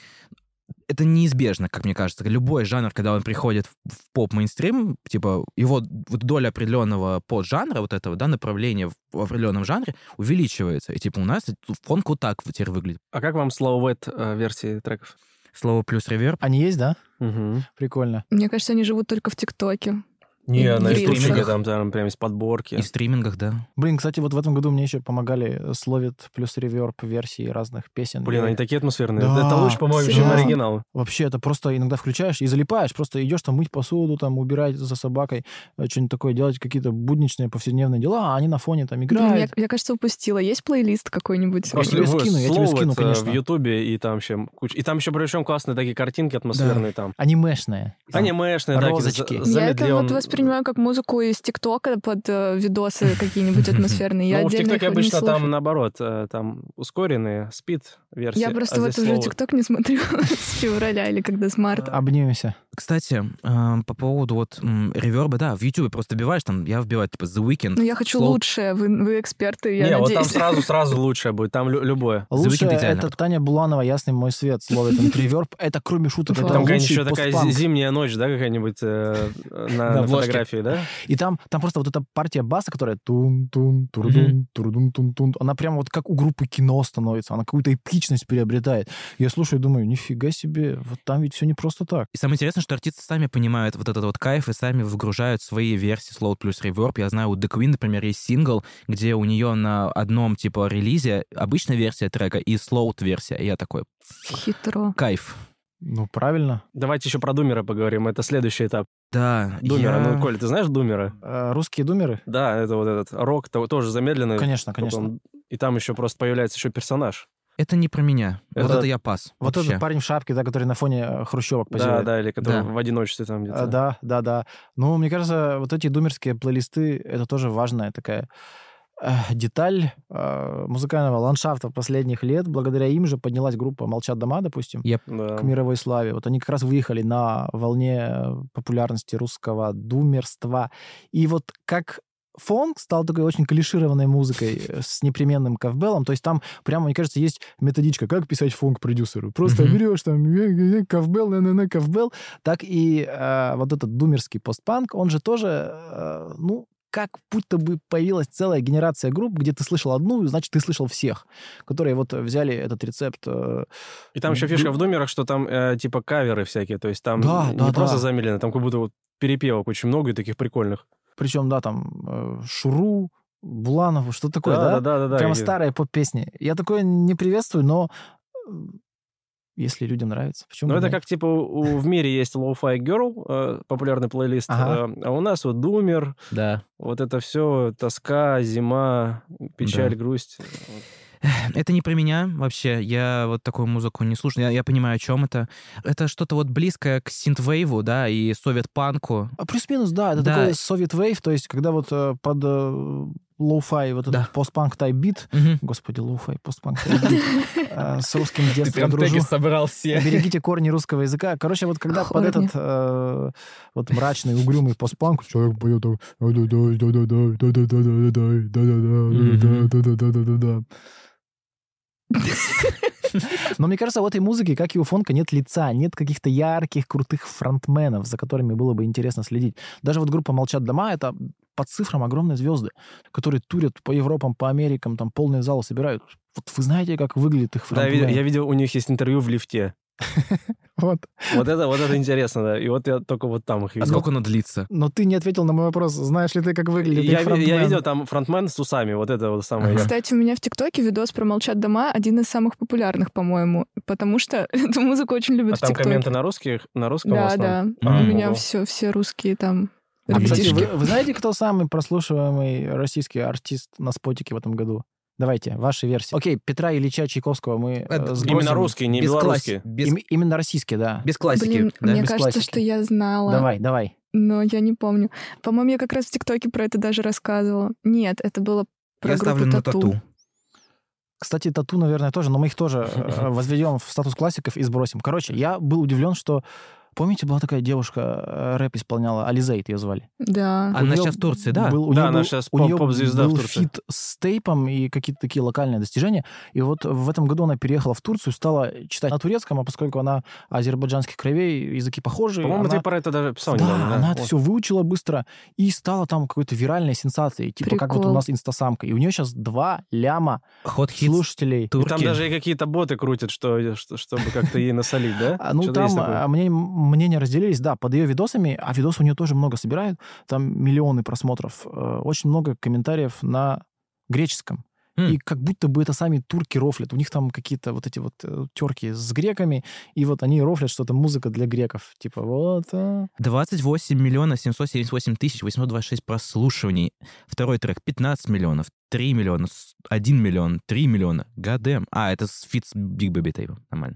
это неизбежно, как мне кажется. Любой жанр, когда он приходит в поп-мейнстрим, типа, его вот доля определенного поджанра, вот этого, да, направления в определенном жанре увеличивается. И, типа, у нас фонк вот так теперь выглядит. А как вам Slow-Wet версии треков? Слово плюс реверб. Они есть, да? Угу. Прикольно. Мне кажется, они живут только в ТикТоке. Не, на в рилсах. ютубчике там прям есть подборки. И в стримингах, да. Блин, кстати, вот в этом году мне еще помогали словит плюс реверб версии разных песен. Блин, они такие атмосферные. Да, Это лучше, по-моему, чем серьезно? оригинал. Вообще, это просто иногда включаешь и залипаешь, просто идешь там мыть посуду, там убирать за собакой, что-нибудь такое делать, какие-то будничные повседневные дела, а они на фоне там Блин, играют. я, кажется, упустила. Есть плейлист какой-нибудь? Просто тебе любой скину, Slow-Wet, конечно. в Ютубе, и там еще куча... И там еще причем классные такие картинки атмосферные там. Анимешные. Там Анимешные, розочки. Я это вот воспринимаю как музыку из ТикТока под видосы какие-нибудь атмосферные. Я Ну, в отдельно ТикТоке их не обычно слушаю. там, наоборот, там ускоренные, спид-версии. Я просто вот уже ТикТок не смотрю с февраля или когда с марта. Обнимемся. Кстати, по поводу вот реверба, да, в YouTube просто вбиваешь, там, я вбиваю, типа, The Weeknd. Ну, я хочу Slow- лучшее. Вы эксперты, я Не, вот надеюсь. там сразу лучшее будет, там любое. Лучше Weeknd идеально. это Таня Буланова «Ясный мой свет» словит реверб. Это кроме шуток. Вау. Это Там какая-нибудь лучший еще такая постпанк. зимняя ночь, да, какая-нибудь на обложке. фотографии, да? И там просто вот эта партия баса, которая тун-тун, турдун, турдун, тун-тун, она прямо вот как у группы кино становится, она какую-то эпичность приобретает. Я слушаю и думаю, нифига себе, вот там ведь все не просто так. И самое интересное, что артисты сами понимают вот этот вот кайф и сами выгружают свои версии Slow плюс реверб. Я знаю, у The Queen, например, есть сингл, где у нее на одном, типа, релизе обычная версия трека и Slow версия. И я такой, Хитро. кайф. Ну, правильно. Давайте еще про Думера поговорим, это следующий этап. Да, Думера, я- ну, Коль, ты знаешь Думера? Русские думеры? Да, это вот этот рок тоже замедленный. Конечно. Потом- И там еще просто появляется еще персонаж. Это не про меня. Вот Это- это я пас. Вот вообще. этот парень в шапке, да, который на фоне хрущевок Да, позирует. да, или который Да. в одиночестве там где-то. Да. Ну, мне кажется, вот эти думерские плейлисты, это тоже важная такая деталь музыкального ландшафта последних лет. Благодаря им же поднялась группа «Молчат дома», допустим, Да. к мировой славе. Вот они как раз выехали на волне популярности русского думерства. И вот как фонк стал такой очень клишированной музыкой с непременным ковбеллом. То есть там прямо, мне кажется, есть методичка, как писать фонк-продюсеру. Просто берешь там ковбелл, ковбелл. Так и вот этот думерский постпанк, он же тоже, как будто бы появилась целая генерация групп, где ты слышал одну, значит, ты слышал всех, которые вот взяли этот рецепт. И там еще фишка в Думерах, что там типа каверы всякие, то есть там Да, не просто да. замедлено, там как будто вот перепевок очень много и таких прикольных. Причем, да, там Шуру, Буланову, что такое, да? Да. Прямо старые поп-песни. Я такое не приветствую, но если людям нравится, почему Ну, бы это нет? как, типа, в мире есть Lo-Fi Girl, популярный плейлист, а у нас вот Думер, Да. вот это все, тоска, зима, печаль, грусть. Это не про меня вообще. Я вот такую музыку не слушаю. Я понимаю, о чем это. Это что-то вот близкое к синтвейву, да, и совет-панку. Плюс-минус, да. Это такой Soviet Wave, то есть когда вот под лоу-фай, вот этот постпанк тайп-бит, господи, лоу-фай, постпанк тайп-бит, с русским детства дружу. собрал все. Берегите корни русского языка. Короче, вот когда под этот вот мрачный, угрюмый постпанк человек поет но мне кажется, в этой музыке, как и у фонка, нет лица, нет каких-то ярких, крутых фронтменов, за которыми было бы интересно следить. Даже вот группа «Молчат дома» — это по цифрам огромные звезды, которые турят по Европам, по Америкам, там полные залы собирают. Вот вы знаете, как выглядит их фронтмен? Да, я видел, у них есть интервью в лифте. Вот. Вот это интересно, да. И вот я только вот там их видел. А сколько оно длится? Но ты не ответил на мой вопрос. Знаешь ли ты, как выглядит их фронтмен? Я видел там фронтмен с усами, вот это вот самое. Кстати, у меня в ТикТоке видос про «Молчат дома» один из самых популярных, по-моему, потому что эту музыку очень любят в там ТикТоке. комменты на русском? Да. У меня все русские там. Кстати, вы знаете, кто самый прослушиваемый российский артист на спотике в этом году? Давайте, ваши версии. Окей, Петра Ильича Чайковского мы сбросим. Именно русские, не белорусские. Именно российские, да. Без классики. Блин, да? мне без кажется, классики. что я знала. Давай. Но я не помню. По-моему, я как раз в ТикТоке про это даже рассказывала. Нет, это было про Я ставлю группу на тату. Кстати, тату, наверное, тоже, но мы их тоже возведем в статус классиков и сбросим. Короче, я был удивлен, что... Помните, была такая девушка, рэп исполняла, Ализейт ее звали? Да. Она сейчас в Турции, да? Она сейчас поп-звезда в был Турции. фит с Тейпом и какие-то такие локальные достижения. И вот в этом году она переехала в Турцию, стала читать на турецком, а поскольку она азербайджанских кровей, языки похожие. По-моему, она... ты про это даже писал Да, недавно. она это все выучила быстро и стала там какой-то виральной сенсацией. Типа как вот у нас инстасамка. И у нее сейчас 2 ляма слушателей. И там даже и какие-то боты крутят, чтобы как-то ей насолить, да? Ну, там мнения разделились, да, под ее видосами, а видосы у нее тоже много собирают, там миллионы просмотров, очень много комментариев на греческом. И как будто бы это сами турки рофлят. У них там какие-то вот эти вот терки с греками, и вот они рофлят, что это музыка для греков. Типа вот... 28 миллионов 778 тысяч 826 прослушиваний. Второй трек 15 миллионов, 3 миллиона, 1 миллион, 3 миллиона. Goddamn. Это фит с Big Baby Tape. Нормально.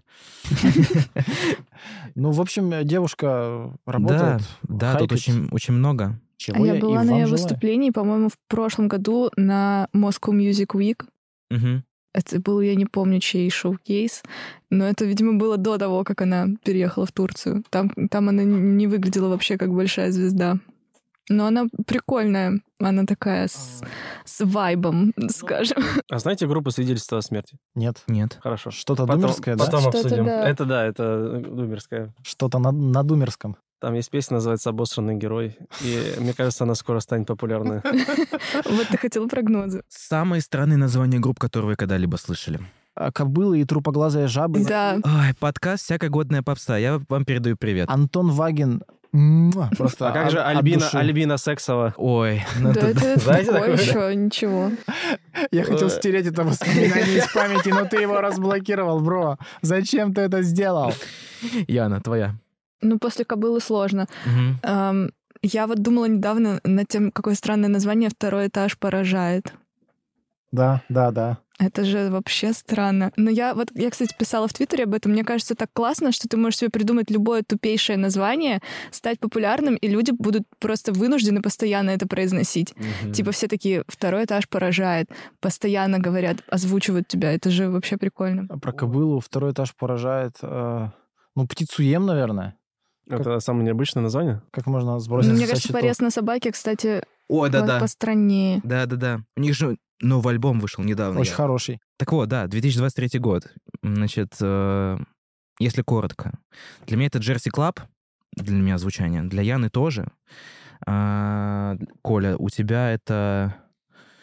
Ну, в общем, девушка работает. Да, тут очень много. Чего я была на ее выступлении, по-моему, в прошлом году на Moscow Music Week. Это был, я не помню, чей шоу-кейс, но это, видимо, было до того, как она переехала в Турцию. Там она не выглядела вообще как большая звезда. Но она прикольная. Она такая с вайбом, скажем. А знаете группу «Свидетельство о смерти»? Нет. Хорошо. Что-то думерское, да? Потом обсудим. Да. Это думерское. Что-то на думерском. Там есть песня, называется «Обосранный герой». И мне кажется, она скоро станет популярной. Вот ты хотел прогнозы. Самые странные названия групп, которые вы когда-либо слышали. Кобылы и трупоглазые жабы. Да. Ой, подкаст «Всякая годная попса». Я вам передаю привет. Антон Вагин. Просто а как же Альбина Сексова? Ой. Да это такое еще, ничего. Я хотел стереть это воспоминание из памяти, но ты его разблокировал, бро. Зачем ты это сделал? Яна, твоя. Ну, после «Кобылы» сложно. Я вот думала недавно над тем, какое странное название «Второй этаж поражает». Да. Это же вообще странно. Но я, кстати, писала в Твиттере об этом. Мне кажется, так классно, что ты можешь себе придумать любое тупейшее название, стать популярным, и люди будут просто вынуждены постоянно это произносить. Типа все такие «Второй этаж поражает», постоянно говорят, озвучивают тебя. Это же вообще прикольно. Про кобылу «Второй этаж поражает». Птицу ем, наверное. Это самое необычное название? Как можно сбросить Мне кажется, «Порез на собаке», кстати, постраннее. Да. У них же новый альбом вышел недавно. Очень хороший. Так вот, 2023 год. Значит, если коротко. Для меня это Jersey Club, для меня звучание. Для Яны тоже. Коля, у тебя это...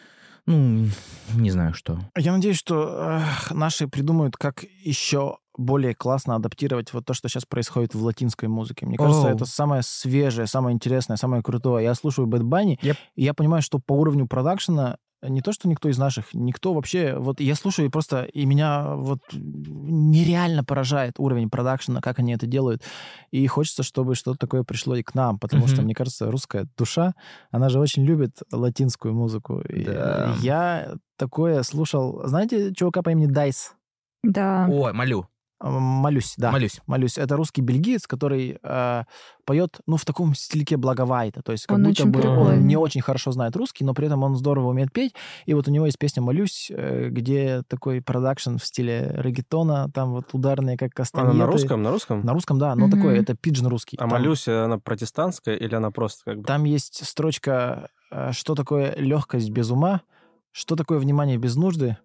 не знаю что. Я надеюсь, что наши придумают, как еще более классно адаптировать вот то, что сейчас происходит в латинской музыке. Мне кажется, это самое свежее, самое интересное, самое крутое. Я слушаю Bad Bunny, и я понимаю, что по уровню продакшена не то, что никто из наших, никто вообще... Вот я слушаю и меня вот нереально поражает уровень продакшена, как они это делают. И хочется, чтобы что-то такое пришло и к нам, потому что, мне кажется, русская душа, она же очень любит латинскую музыку. Да. Я такое слушал... Знаете чувака по имени Дайс? Да. Молюсь. Это русский бельгиец, который поет, в таком стильке Блага Вайта. То есть как будто бы он не очень хорошо знает русский, но при этом он здорово умеет петь. И вот у него есть песня «Молюсь», где такой продакшн в стиле реггетона, там вот ударные, как кастаньеты. Она на русском? На русском, да, но такой, это пиджин русский. А «Молюсь», она протестантская или она просто как бы... Там есть строчка «Что такое легкость без ума? Что такое внимание без нужды?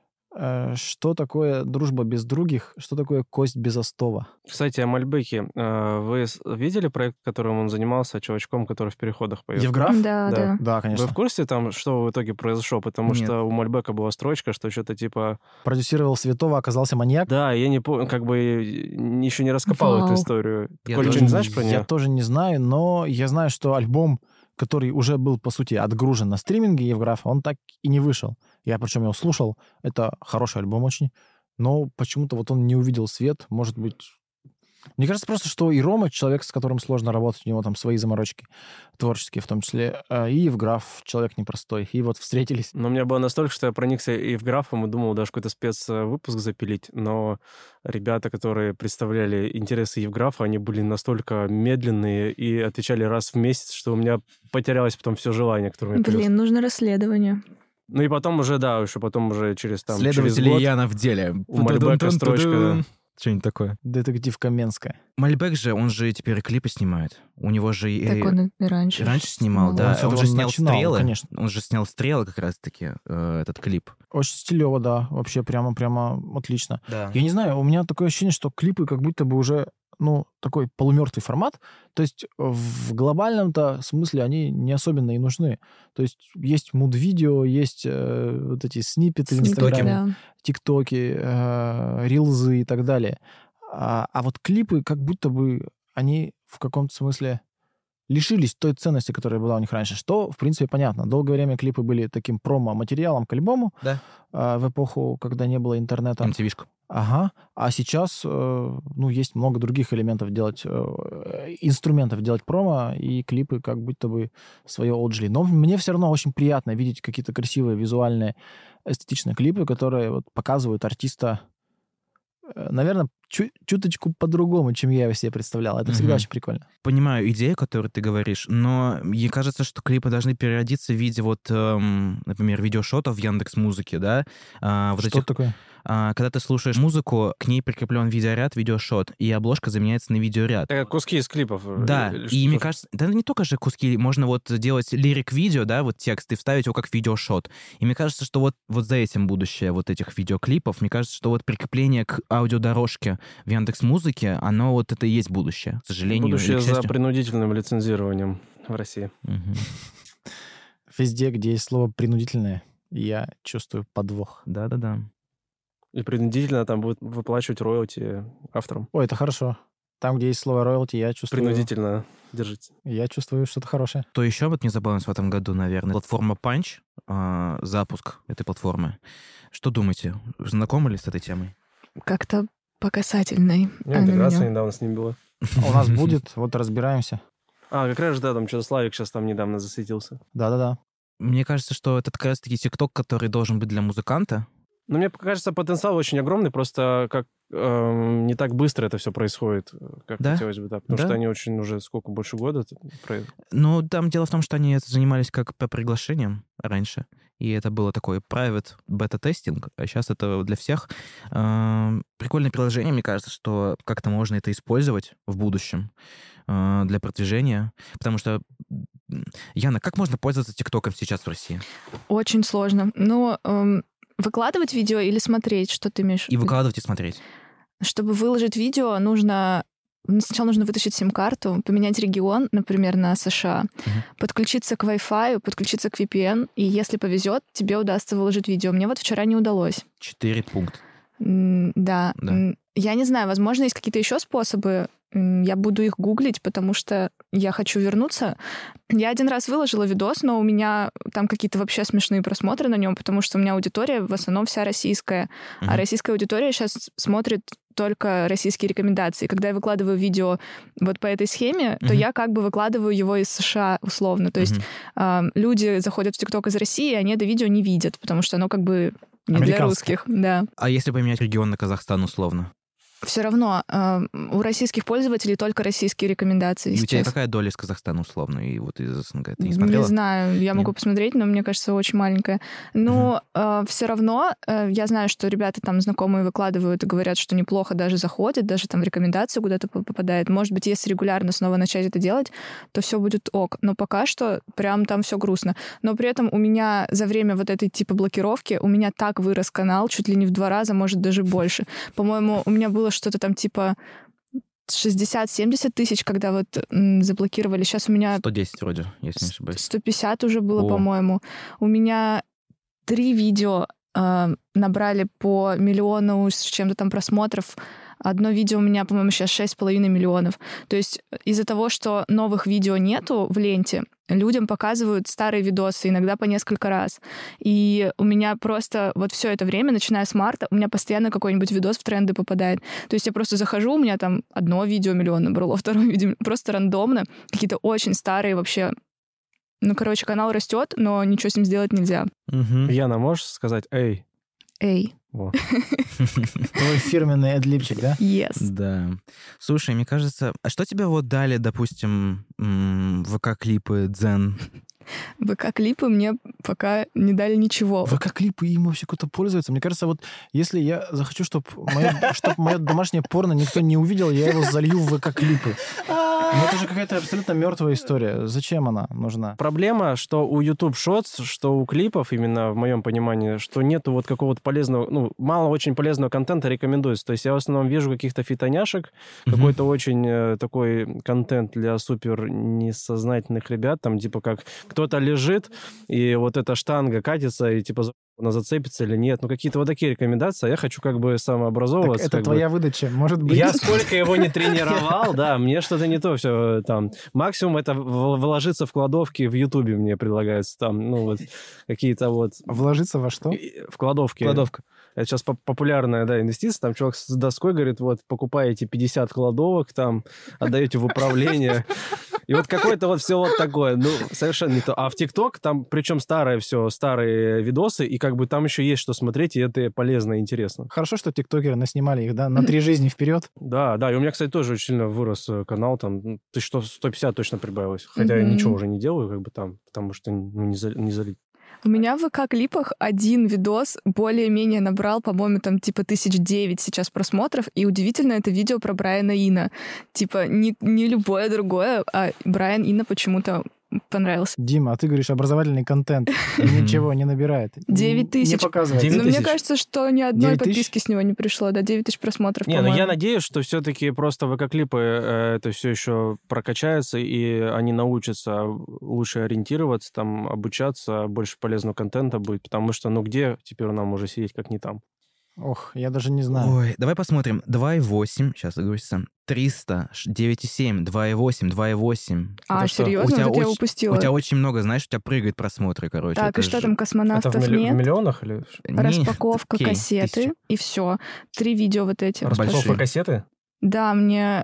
Что такое дружба без других? Что такое кость без остова?» Кстати, о Мальбеке. Вы видели проект, которым он занимался, чувачком, который в переходах поет? Евграф? Да, конечно. Вы в курсе там, что в итоге произошло? Потому что у Мальбека была строчка, что что-то типа... Продюсировал Святого, оказался маньяк? Да, я не помню, еще не раскопал эту историю. Коля, что не знаешь про нее? Я тоже не знаю, но я знаю, что альбом, который уже был, по сути, отгружен на стриминге Евграфа, он так и не вышел. Я причем его слушал. Это хороший альбом очень. Но почему-то вот он не увидел свет. Может быть... Мне кажется просто, что и Рома, человек, с которым сложно работать, у него там свои заморочки творческие в том числе, и Евграф, человек непростой. И вот встретились. Но у меня было настолько, что я проникся Евграфом и думал даже какой-то спецвыпуск запилить. Но ребята, которые представляли интересы Евграфа, они были настолько медленные и отвечали раз в месяц, что у меня потерялось потом все желание, которое у меня появилось. Нужно расследование. И потом уже, через там... Следователи через год Яна в деле. У Мальбека строчка... Что-нибудь такое. Детектив Каменская. Мальбек же, он же теперь клипы снимает. У него же Так он и раньше снимал, да. Он же снял «Стрелы». Конечно. Он же снял «Стрелы» как раз-таки, этот клип. Очень стилево, да. Вообще прямо отлично. Да. Я не знаю, у меня такое ощущение, что клипы как будто бы уже такой полумертвый формат. То есть в глобальном-то смысле они не особенно и нужны. То есть есть муд-видео, есть вот эти сниппеты в Инстаграме, ТикТоки, рилзы и так далее. А вот клипы как будто бы они в каком-то смысле лишились той ценности, которая была у них раньше, что, в принципе, понятно. Долгое время клипы были таким промо-материалом к альбому, да. В эпоху, когда не было интернета. MTV-шку. Ага. А сейчас, есть много других элементов инструментов делать промо, и клипы как будто бы свое отжили. Но мне все равно очень приятно видеть какие-то красивые, визуальные, эстетичные клипы, которые вот показывают артиста, наверное, чуточку по-другому, чем я его себе представлял. Это всегда очень прикольно. Понимаю идею, которую ты говоришь, но мне кажется, что клипы должны переродиться в виде например, видеошотов в Яндекс.Музыке, да? Что такое? Когда ты слушаешь музыку, к ней прикреплен видеоряд, видеошот, и обложка заменяется на видеоряд. Куски из клипов. Да, и мне кажется, да не только же куски, можно делать лирик-видео, да, текст, и вставить его как видеошот. И мне кажется, что вот за этим будущее этих видеоклипов. Мне кажется, что прикрепление к аудиодорожке в Яндекс.Музыке, оно это и есть будущее, к сожалению. Будущее за принудительным лицензированием в России. Везде, где есть слово «принудительное», я чувствую подвох. Да-да-да. И принудительно там будут выплачивать роялти авторам. Ой, это хорошо. Там, где есть слово роялти, я чувствую... Принудительно держите. Я чувствую что-то хорошее. То еще мне забавилось в этом году, наверное, платформа Punch, запуск этой платформы. Что думаете? Знакомы ли с этой темой? Как-то по касательной. Интеграция недавно с ним была. У нас будет, разбираемся. Как раз же, там что-то Славик сейчас там недавно засветился. Да-да-да. Мне кажется, что это как раз-таки TikTok, который должен быть для музыканта. Но мне кажется, потенциал очень огромный, просто как не так быстро это все происходит, как хотелось бы, да, потому что они очень уже больше года. Ну, там дело в том, что они занимались как по приглашениям раньше, и это было такой private бета-тестинг, а сейчас это для всех. Прикольное приложение, мне кажется, что как-то можно это использовать в будущем для продвижения, потому что Яна, как можно пользоваться ТикТоком сейчас в России? Очень сложно. Выкладывать видео или смотреть, что ты имеешь? И выкладывать, и смотреть. Чтобы выложить видео, нужно сначала нужно вытащить сим-карту, поменять регион, например, на США, подключиться к Wi-Fi, подключиться к VPN, и если повезет, тебе удастся выложить видео. Мне вот вчера не удалось. 4 пункта. Да. Я не знаю, возможно, есть какие-то еще способы. Я буду их гуглить, потому что я хочу вернуться. Я один раз выложила видос, но у меня там какие-то вообще смешные просмотры на нем, потому что у меня аудитория в основном вся российская. А российская аудитория сейчас смотрит только российские рекомендации. Когда я выкладываю видео вот по этой схеме, то я как бы выкладываю его из США условно. То есть люди заходят в ТикТок из России, и они это видео не видят, потому что оно как бы не для русских. Да. А если поменять регион на Казахстан условно? Все равно у российских пользователей только российские рекомендации. И у тебя какая доля из Казахстана условно? И вот из СНГ ты не смотрела? Не знаю, я могу посмотреть, но мне кажется, очень маленькая. Но все равно я знаю, что ребята там знакомые выкладывают и говорят, что неплохо даже заходит, даже там в рекомендацию куда-то попадает. Может быть, если регулярно снова начать это делать, то все будет ок. Но пока что прям там все грустно. Но при этом у меня за время вот этой типа блокировки у меня так вырос канал, чуть ли не в 2 раза, может, даже больше. По-моему, у меня было что-то там типа 60-70 тысяч, когда вот заблокировали. Сейчас у меня... 110 вроде, если не ошибаюсь. 150 уже было, по-моему. У меня 3 видео набрали по 1 миллиону с чем-то там просмотров. Одно видео у меня, по-моему, сейчас 6,5 миллионов. То есть из-за того, что новых видео нету в ленте, людям показывают старые видосы, иногда по несколько раз. И у меня просто вот все это время, начиная с марта, у меня постоянно какой-нибудь видос в тренды попадает. То есть я просто захожу, у меня там одно видео миллион набрало, второе видео, просто рандомно, какие-то очень старые вообще. Ну, короче, канал растет, но ничего с ним сделать нельзя. Яна, можешь сказать «эй»? Эй. Твой фирменный эдлипчик, да? Yes. Да. Слушай, мне кажется, а что тебе вот дали, допустим, ВК-клипы Дзен? ВК-клипы мне пока не дали ничего. ВК-клипы им вообще кто-то пользуется. Мне кажется, вот если я захочу, чтобы мое домашнее порно никто не увидел, я его залью в ВК-клипы. Но это же какая-то абсолютно мертвая история. Зачем она нужна? Проблема, что у YouTube Shorts, что у клипов, именно в моем понимании, что нету вот какого-то полезного, ну, мало очень полезного контента рекомендуется. То есть я в основном вижу каких-то фитоняшек, какой-то очень такой контент для супер несознательных ребят, там типа как кто-то лежит, и вот эта штанга катится, и типа она зацепится или нет. Ну, какие-то вот такие рекомендации. А я хочу как бы самообразовываться. Так это твоя выдача, может быть? Я сколько его не тренировал, да, мне что-то не то все там. Максимум это вложиться в кладовки в Ютубе мне предлагается там, ну, вот какие-то вот... Вложиться во что? В кладовки. Кладовка. Это сейчас популярная, да, инвестиция. Там чувак с доской говорит, вот, покупаете 50 кладовок, там, отдаете в управление. И вот какое-то вот все вот такое. Ну, совершенно не то. А в ТикТок там, причем старое все, старые видосы, и как бы там еще есть что смотреть, и это полезно и интересно. Хорошо, что тиктокеры наснимали их, да, на 3 жизни вперед. Да, да. И у меня, кстати, тоже очень сильно вырос канал, там, 150 точно прибавилось. Хотя я ничего уже не делаю, как бы там, потому что не залить. У меня в ВК-клипах один видос более-менее набрал, по-моему, там типа 1009 сейчас просмотров, и удивительно, это видео про Брайана Ино. Типа не любое другое, а Брайан Ино почему-то понравился. Дима, а ты говоришь, образовательный контент ничего не набирает. 9 тысяч. Не показывает. Но мне кажется, что ни одной подписки с него не пришло. Да, 9 тысяч просмотров, Не, по-моему. ну я надеюсь, что все-таки просто ВК-клипы это все еще прокачаются, и они научатся лучше ориентироваться, там, обучаться, больше полезного контента будет, потому что, ну, где теперь нам уже сидеть, как не там? Ох, я даже не знаю. Ой, давай посмотрим. 2,8, сейчас загрузится. 300, 9,7, 2,8, 2,8. А, серьезно? Я упустила. У тебя очень много, знаешь, у тебя прыгает просмотры, короче. Так, и что там, космонавтов это в нет? В миллионах или? Распаковка кассеты, и все. 3 видео вот эти. Распаковка кассеты? Да, мне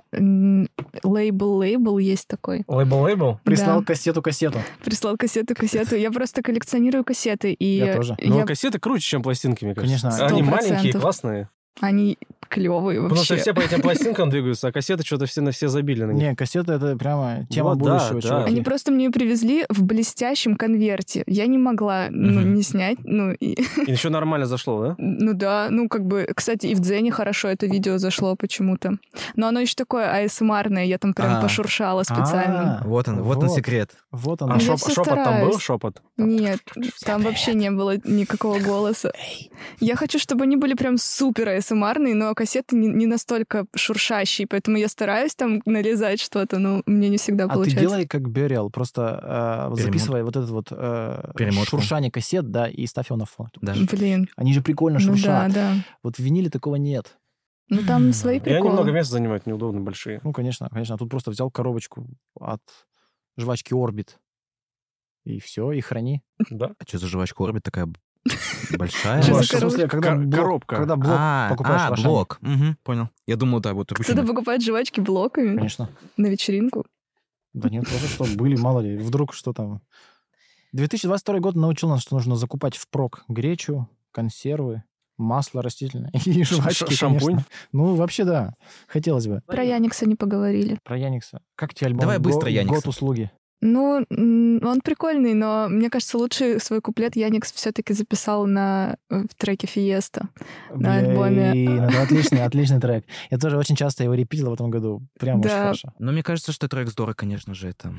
лейбл есть такой. Лейбл? Прислал кассету-кассету. Прислал кассету-кассету. Я просто коллекционирую кассеты. И я тоже. Ну, кассеты круче, чем пластинки, мне кажется. Конечно. Они 100%. маленькие, классные. Они клевые вообще. Потому что все по этим пластинкам двигаются, а кассеты что-то все забили на них. Не, кассеты — это прямо тема Вот, будущего, да, чуваки. Они просто мне привезли в блестящем конверте. Я не могла не снять. И еще нормально зашло, да? Ну да, ну как бы, кстати, и в Дзене хорошо это видео зашло почему-то. Но оно еще такое АСМРное, я там прям пошуршала специально. Вот он секрет. Вот он. А шепот там был, шепот? Нет, там вообще не было никакого голоса. Я хочу, чтобы они были прям супер АСМРные. ASMR-ный, но кассеты не настолько шуршащие, поэтому я стараюсь там нарезать что-то, но мне не всегда получается. А ты делай как Burial, просто записывай вот этот вот шуршание кассет, да, и ставь его на фон. Да. Блин. Они же прикольно шуршат. Да. Вот в виниле такого нет. Ну, там свои приколы. И они много места занимают, неудобно, большие. Ну, конечно. А тут просто взял коробочку от жвачки Orbit, и все, и храни. Да. А что за жвачка Orbit такая большая? Что за В смысле, коробка? Когда блок покупаешь в Ашане. блок. Понял. Я думал, да, вот... Кто-то покупает жвачки блоками Конечно. на вечеринку. Да нет, просто что были, мало ли, вдруг что там. 2022 год научил нас, что нужно закупать впрок гречу, консервы, масло растительное и жвачки, шампунь. конечно. Ну, вообще, да. Хотелось бы. Про Яникса не поговорили. Про Яникса. Как тебе альбом? Давай быстро Яникса. Год услуги. Ну, он прикольный, но мне кажется, лучший свой куплет Яникс все-таки записал в треке «Фиеста» на альбоме. Блин, это отличный трек. Я тоже очень часто его репитил в этом году. Прям очень хорошо. Но мне кажется, что трек здорово, конечно же, это...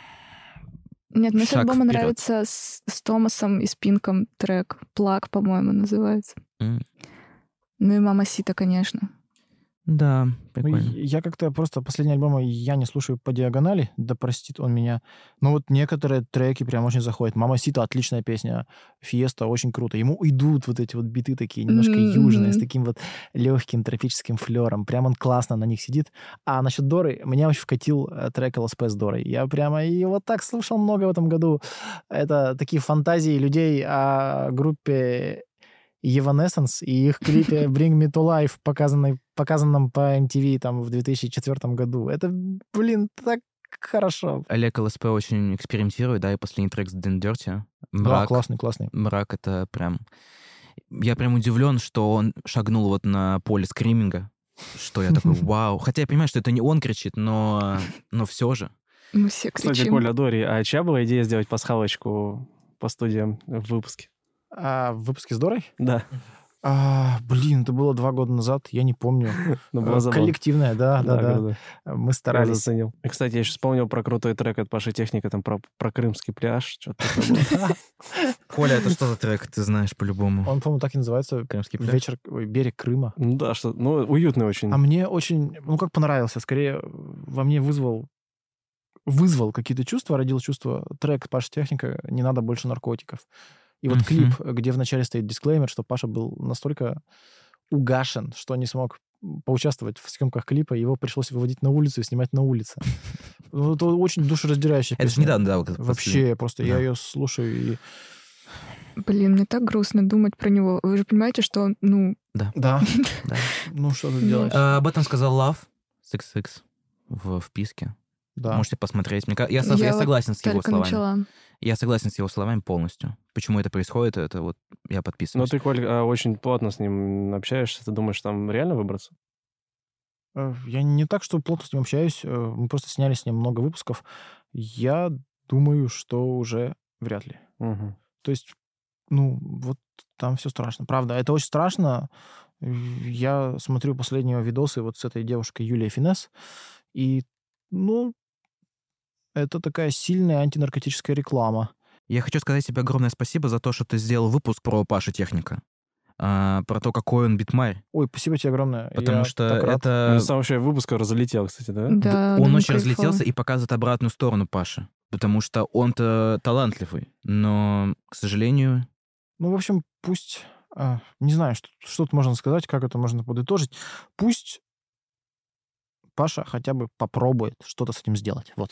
Нет, мне с шаг альбома вперед. нравится с Томасом и Спинком трек. «Плаг», по-моему, называется. Ну и «Мамасита», конечно. Да, Ну, прикольно. я как-то просто последний альбом я не слушаю по диагонали, да простит он меня. Но вот некоторые треки прям очень заходят. «Мамасита» — отличная песня, «Фиеста» очень круто. Ему идут вот эти вот биты такие немножко южные, с таким вот легким тропическим флером. Прям он классно на них сидит. А насчет Доры, меня очень вкатил трек ЛСП с Дорой. Я прямо его так слушал много в этом году. Это такие фантазии людей о группе Evanescence и их клипе Bring Me to Life, показанном по MTV там в 2004 году. Это, блин, так хорошо. Олег ЛСП очень экспериментирует, да, и последний трек с Дэн Дёрти. Да, классный. Мрак — это прям... Я прям удивлен, что он шагнул вот на поле скриминга, что я такой, вау. Хотя я понимаю, что это не он кричит, но все же. Мы все кричим. Кстати, Коля, Дори, а чья была идея сделать пасхалочку по студиям в выпуске? А в выпуске с Дорой? Да. Блин, это было 2 года назад, я не помню. Коллективная, да. Мы Я старались. заценил. И, кстати, я еще вспомнил про крутой трек от Паши Техника, там про крымский пляж, что-то такое было. Коля, это что за трек, ты знаешь по-любому? Он, по-моему, так и называется. Крымский пляж. Вечер, берег Крыма. Ну да, уютный очень. А мне очень, как понравился, скорее во мне вызвал какие-то чувства, родил чувство трек Паши Техника «Не надо больше наркотиков». И вот клип, где вначале стоит дисклеймер, что Паша был настолько угашен, что не смог поучаствовать в съемках клипа, его пришлось выводить на улицу и снимать на улице. Ну, это очень душераздирающая песня. Это же недавно, да? Вообще, просто я ее слушаю и... Блин, мне так грустно думать про него. Вы же понимаете, что он, Да. Ну, что тут делать? Об этом сказал Love 66 в вписке. Да. Можете посмотреть. Я согласен с его только словами. начала. Я согласен с его словами полностью. Почему это происходит, это вот я Ну, подписываюсь. ты, Коль, очень плотно с ним общаешься. Ты думаешь, там реально выбраться? Я не так, что плотно с ним общаюсь. Мы просто сняли с ним много выпусков. Я думаю, что уже вряд ли. Угу. То есть, вот там все страшно. Правда, это очень страшно. Я смотрю последние видосы вот с этой девушкой Юлией Финес, и, это такая сильная антинаркотическая реклама. Я хочу сказать тебе огромное спасибо за то, что ты сделал выпуск про Пашу Техника. Про то, какой он битмарь. Ой, спасибо тебе огромное. Потому что Он это... сам вообще выпуска разлетел, кстати, да? Да, Он ну, очень кайфово. разлетелся и показывает обратную сторону Паши. Потому что он-то талантливый. Но, к сожалению... В общем, пусть... не знаю, что тут можно сказать, как это можно подытожить. Пусть Паша хотя бы попробует что-то с этим сделать. Вот.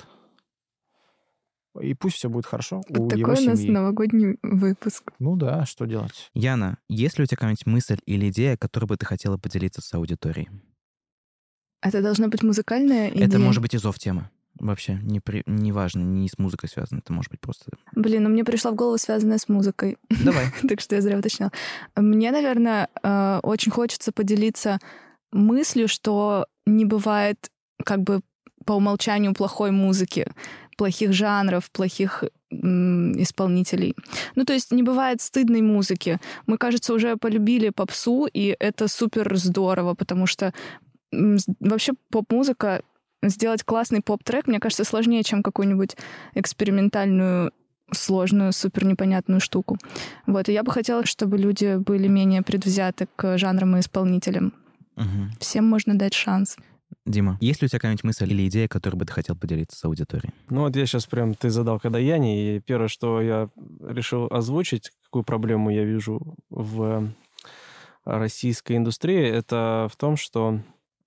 И пусть все будет хорошо Вот у такой его у нас семьи. новогодний выпуск. Ну да, что делать? Яна, есть ли у тебя какая-нибудь мысль или идея, которой бы ты хотела поделиться с аудиторией? Это должна быть музыкальная идея? Это может быть и зов темы. Вообще, не важно, не с музыкой связано. Это может быть просто... Блин, мне пришла в голову связанная с музыкой. Давай. Так что я зря уточняла. Мне, наверное, очень хочется поделиться мыслью, что не бывает как бы по умолчанию плохой музыки, плохих жанров, плохих исполнителей. То есть не бывает стыдной музыки. Мы, кажется, уже полюбили попсу, и это супер здорово, потому что вообще поп-музыка, сделать классный поп-трек, мне кажется, сложнее, чем какую-нибудь экспериментальную сложную, супер непонятную штуку. Вот, и я бы хотела, чтобы люди были менее предвзяты к жанрам и исполнителям. Всем можно дать шанс. Дима, есть ли у тебя какая-нибудь мысль или идея, которой бы ты хотел поделиться с аудиторией? Ну вот я сейчас прям, ты задал кадаяние, и первое, что я решил озвучить, какую проблему я вижу в российской индустрии, это в том, что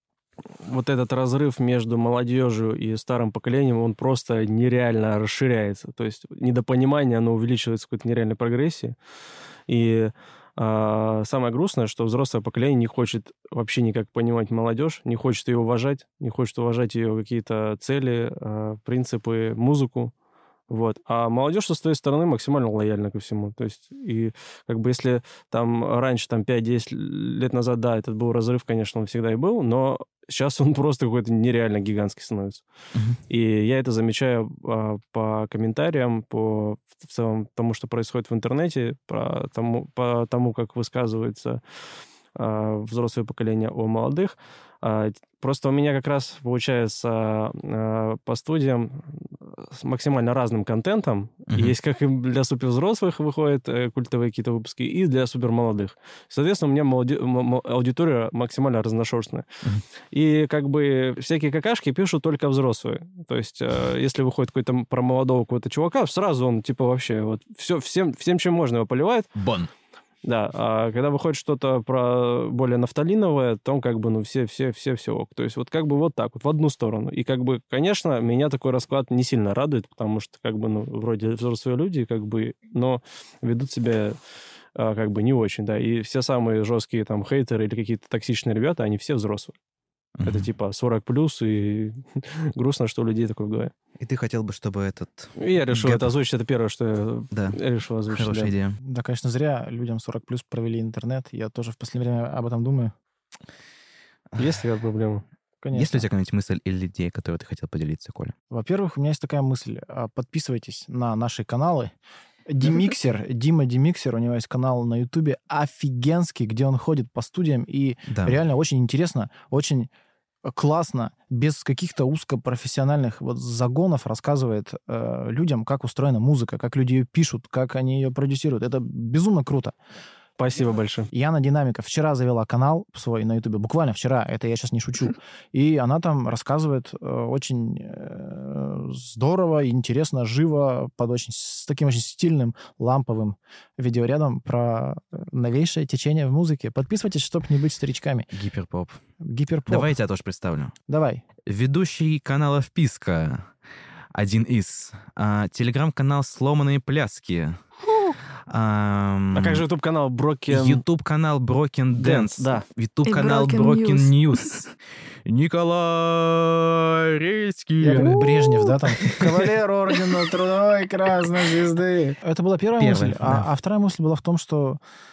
вот этот разрыв между молодежью и старым поколением, он просто нереально расширяется. То есть недопонимание, оно увеличивается в какой-то нереальной прогрессии. И самое грустное, что взрослое поколение не хочет вообще никак понимать молодежь, не хочет ее уважать, не хочет уважать ее какие-то цели, принципы, музыку. Вот. А молодежь со своей стороны максимально лояльна ко всему. То есть, и как бы если там раньше, там 5-10 лет назад, да, этот был разрыв, конечно, он всегда и был, но сейчас он просто какой-то нереально гигантский становится. И я это замечаю по комментариям, по в целом тому, что происходит в интернете, по тому, как высказывается взрослое поколение о молодых. Просто у меня как раз получается по студиям с максимально разным контентом. Есть как и для супервзрослых выходят культовые какие-то выпуски, и для супермолодых. Соответственно, у меня аудитория максимально разношерстная. И как бы всякие какашки пишут только взрослые. То есть если выходит какой-то про молодого какого-то чувака, сразу он типа вообще вот всем, чем можно его поливает. Бон. Да, а когда выходит что-то про более нафталиновое, то как бы, ну, все ок. То есть вот как бы вот так вот, в одну сторону. И как бы, конечно, меня такой расклад не сильно радует, потому что как бы, ну, вроде взрослые люди, как бы, но ведут себя как бы не очень, да. И все самые жесткие там хейтеры или какие-то токсичные ребята, они все взрослые. Это типа 40+, и грустно, что у людей такое в голове. И ты хотел бы, чтобы этот... И я решил это озвучить, это первое, что я решил озвучить. Хорошая идея. Да, конечно, зря людям 40+ провели интернет. Я тоже в последнее время об этом думаю. Есть такая проблема? Конечно. Есть ли у тебя какая-нибудь мысль или идея, которую ты хотел поделиться, Коля? Во-первых, у меня есть такая мысль. Подписывайтесь на наши каналы. Дима Демиксер, у него есть канал на Ютубе офигенский, где он ходит по студиям, и реально очень интересно, очень классно, без каких-то узкопрофессиональных вот загонов рассказывает людям, как устроена музыка, как люди ее пишут, как они ее продюсируют. Это безумно круто. Спасибо большое. Яна Динамика вчера завела канал свой на Ютубе, буквально вчера, это я сейчас не шучу. И она там рассказывает очень здорово, интересно, живо, с таким очень стильным, ламповым видеорядом про новейшее течение в музыке. Подписывайтесь, чтобы не быть старичками. Гиперпоп. Гиперпоп. Давай я тебя тоже представлю. Давай. Ведущий канала «Вписка». Один из. Телеграм-канал «Сломанные пляски». А как же YouTube-канал Broken... YouTube-канал Broken Dance. Да. YouTube-канал Broken News. Николай Редькин. Я как Брежнев, да, там? Кавалер ордена Трудовой Красной Звезды. Это была первая мысль. А вторая мысль была в том, что...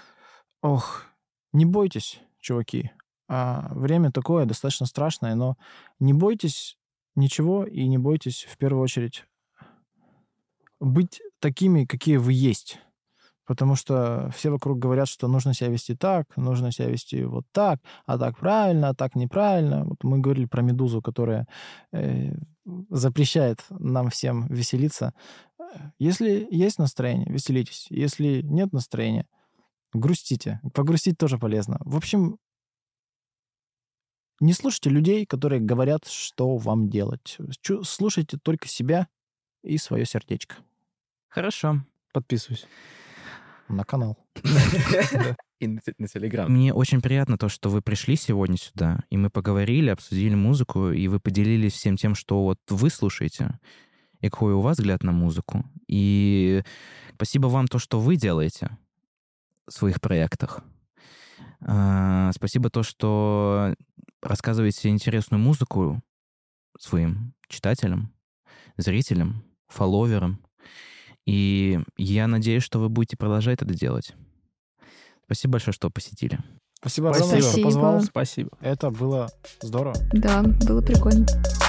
не бойтесь, чуваки. Время такое, достаточно страшное, но не бойтесь ничего и не бойтесь, в первую очередь, быть такими, какие вы есть. Потому что все вокруг говорят, что нужно себя вести так, нужно себя вести вот так, а так правильно, а так неправильно. Вот мы говорили про «Медузу», которая запрещает нам всем веселиться. Если есть настроение, веселитесь. Если нет настроения, грустите. Погрустить тоже полезно. В общем, не слушайте людей, которые говорят, что вам делать. Слушайте только себя и свое сердечко. Хорошо. Подписываюсь. На канал. И на Телеграм. Мне очень приятно то, что вы пришли сегодня сюда, и мы поговорили, обсудили музыку, и вы поделились всем тем, что вот вы слушаете, и какой у вас взгляд на музыку. И спасибо вам то, что вы делаете в своих проектах. Спасибо то, что рассказываете интересную музыку своим читателям, зрителям, фолловерам. И я надеюсь, что вы будете продолжать это делать. Спасибо большое, что посетили. Спасибо огромное, что позвал. Спасибо. Это было здорово. Да, было прикольно.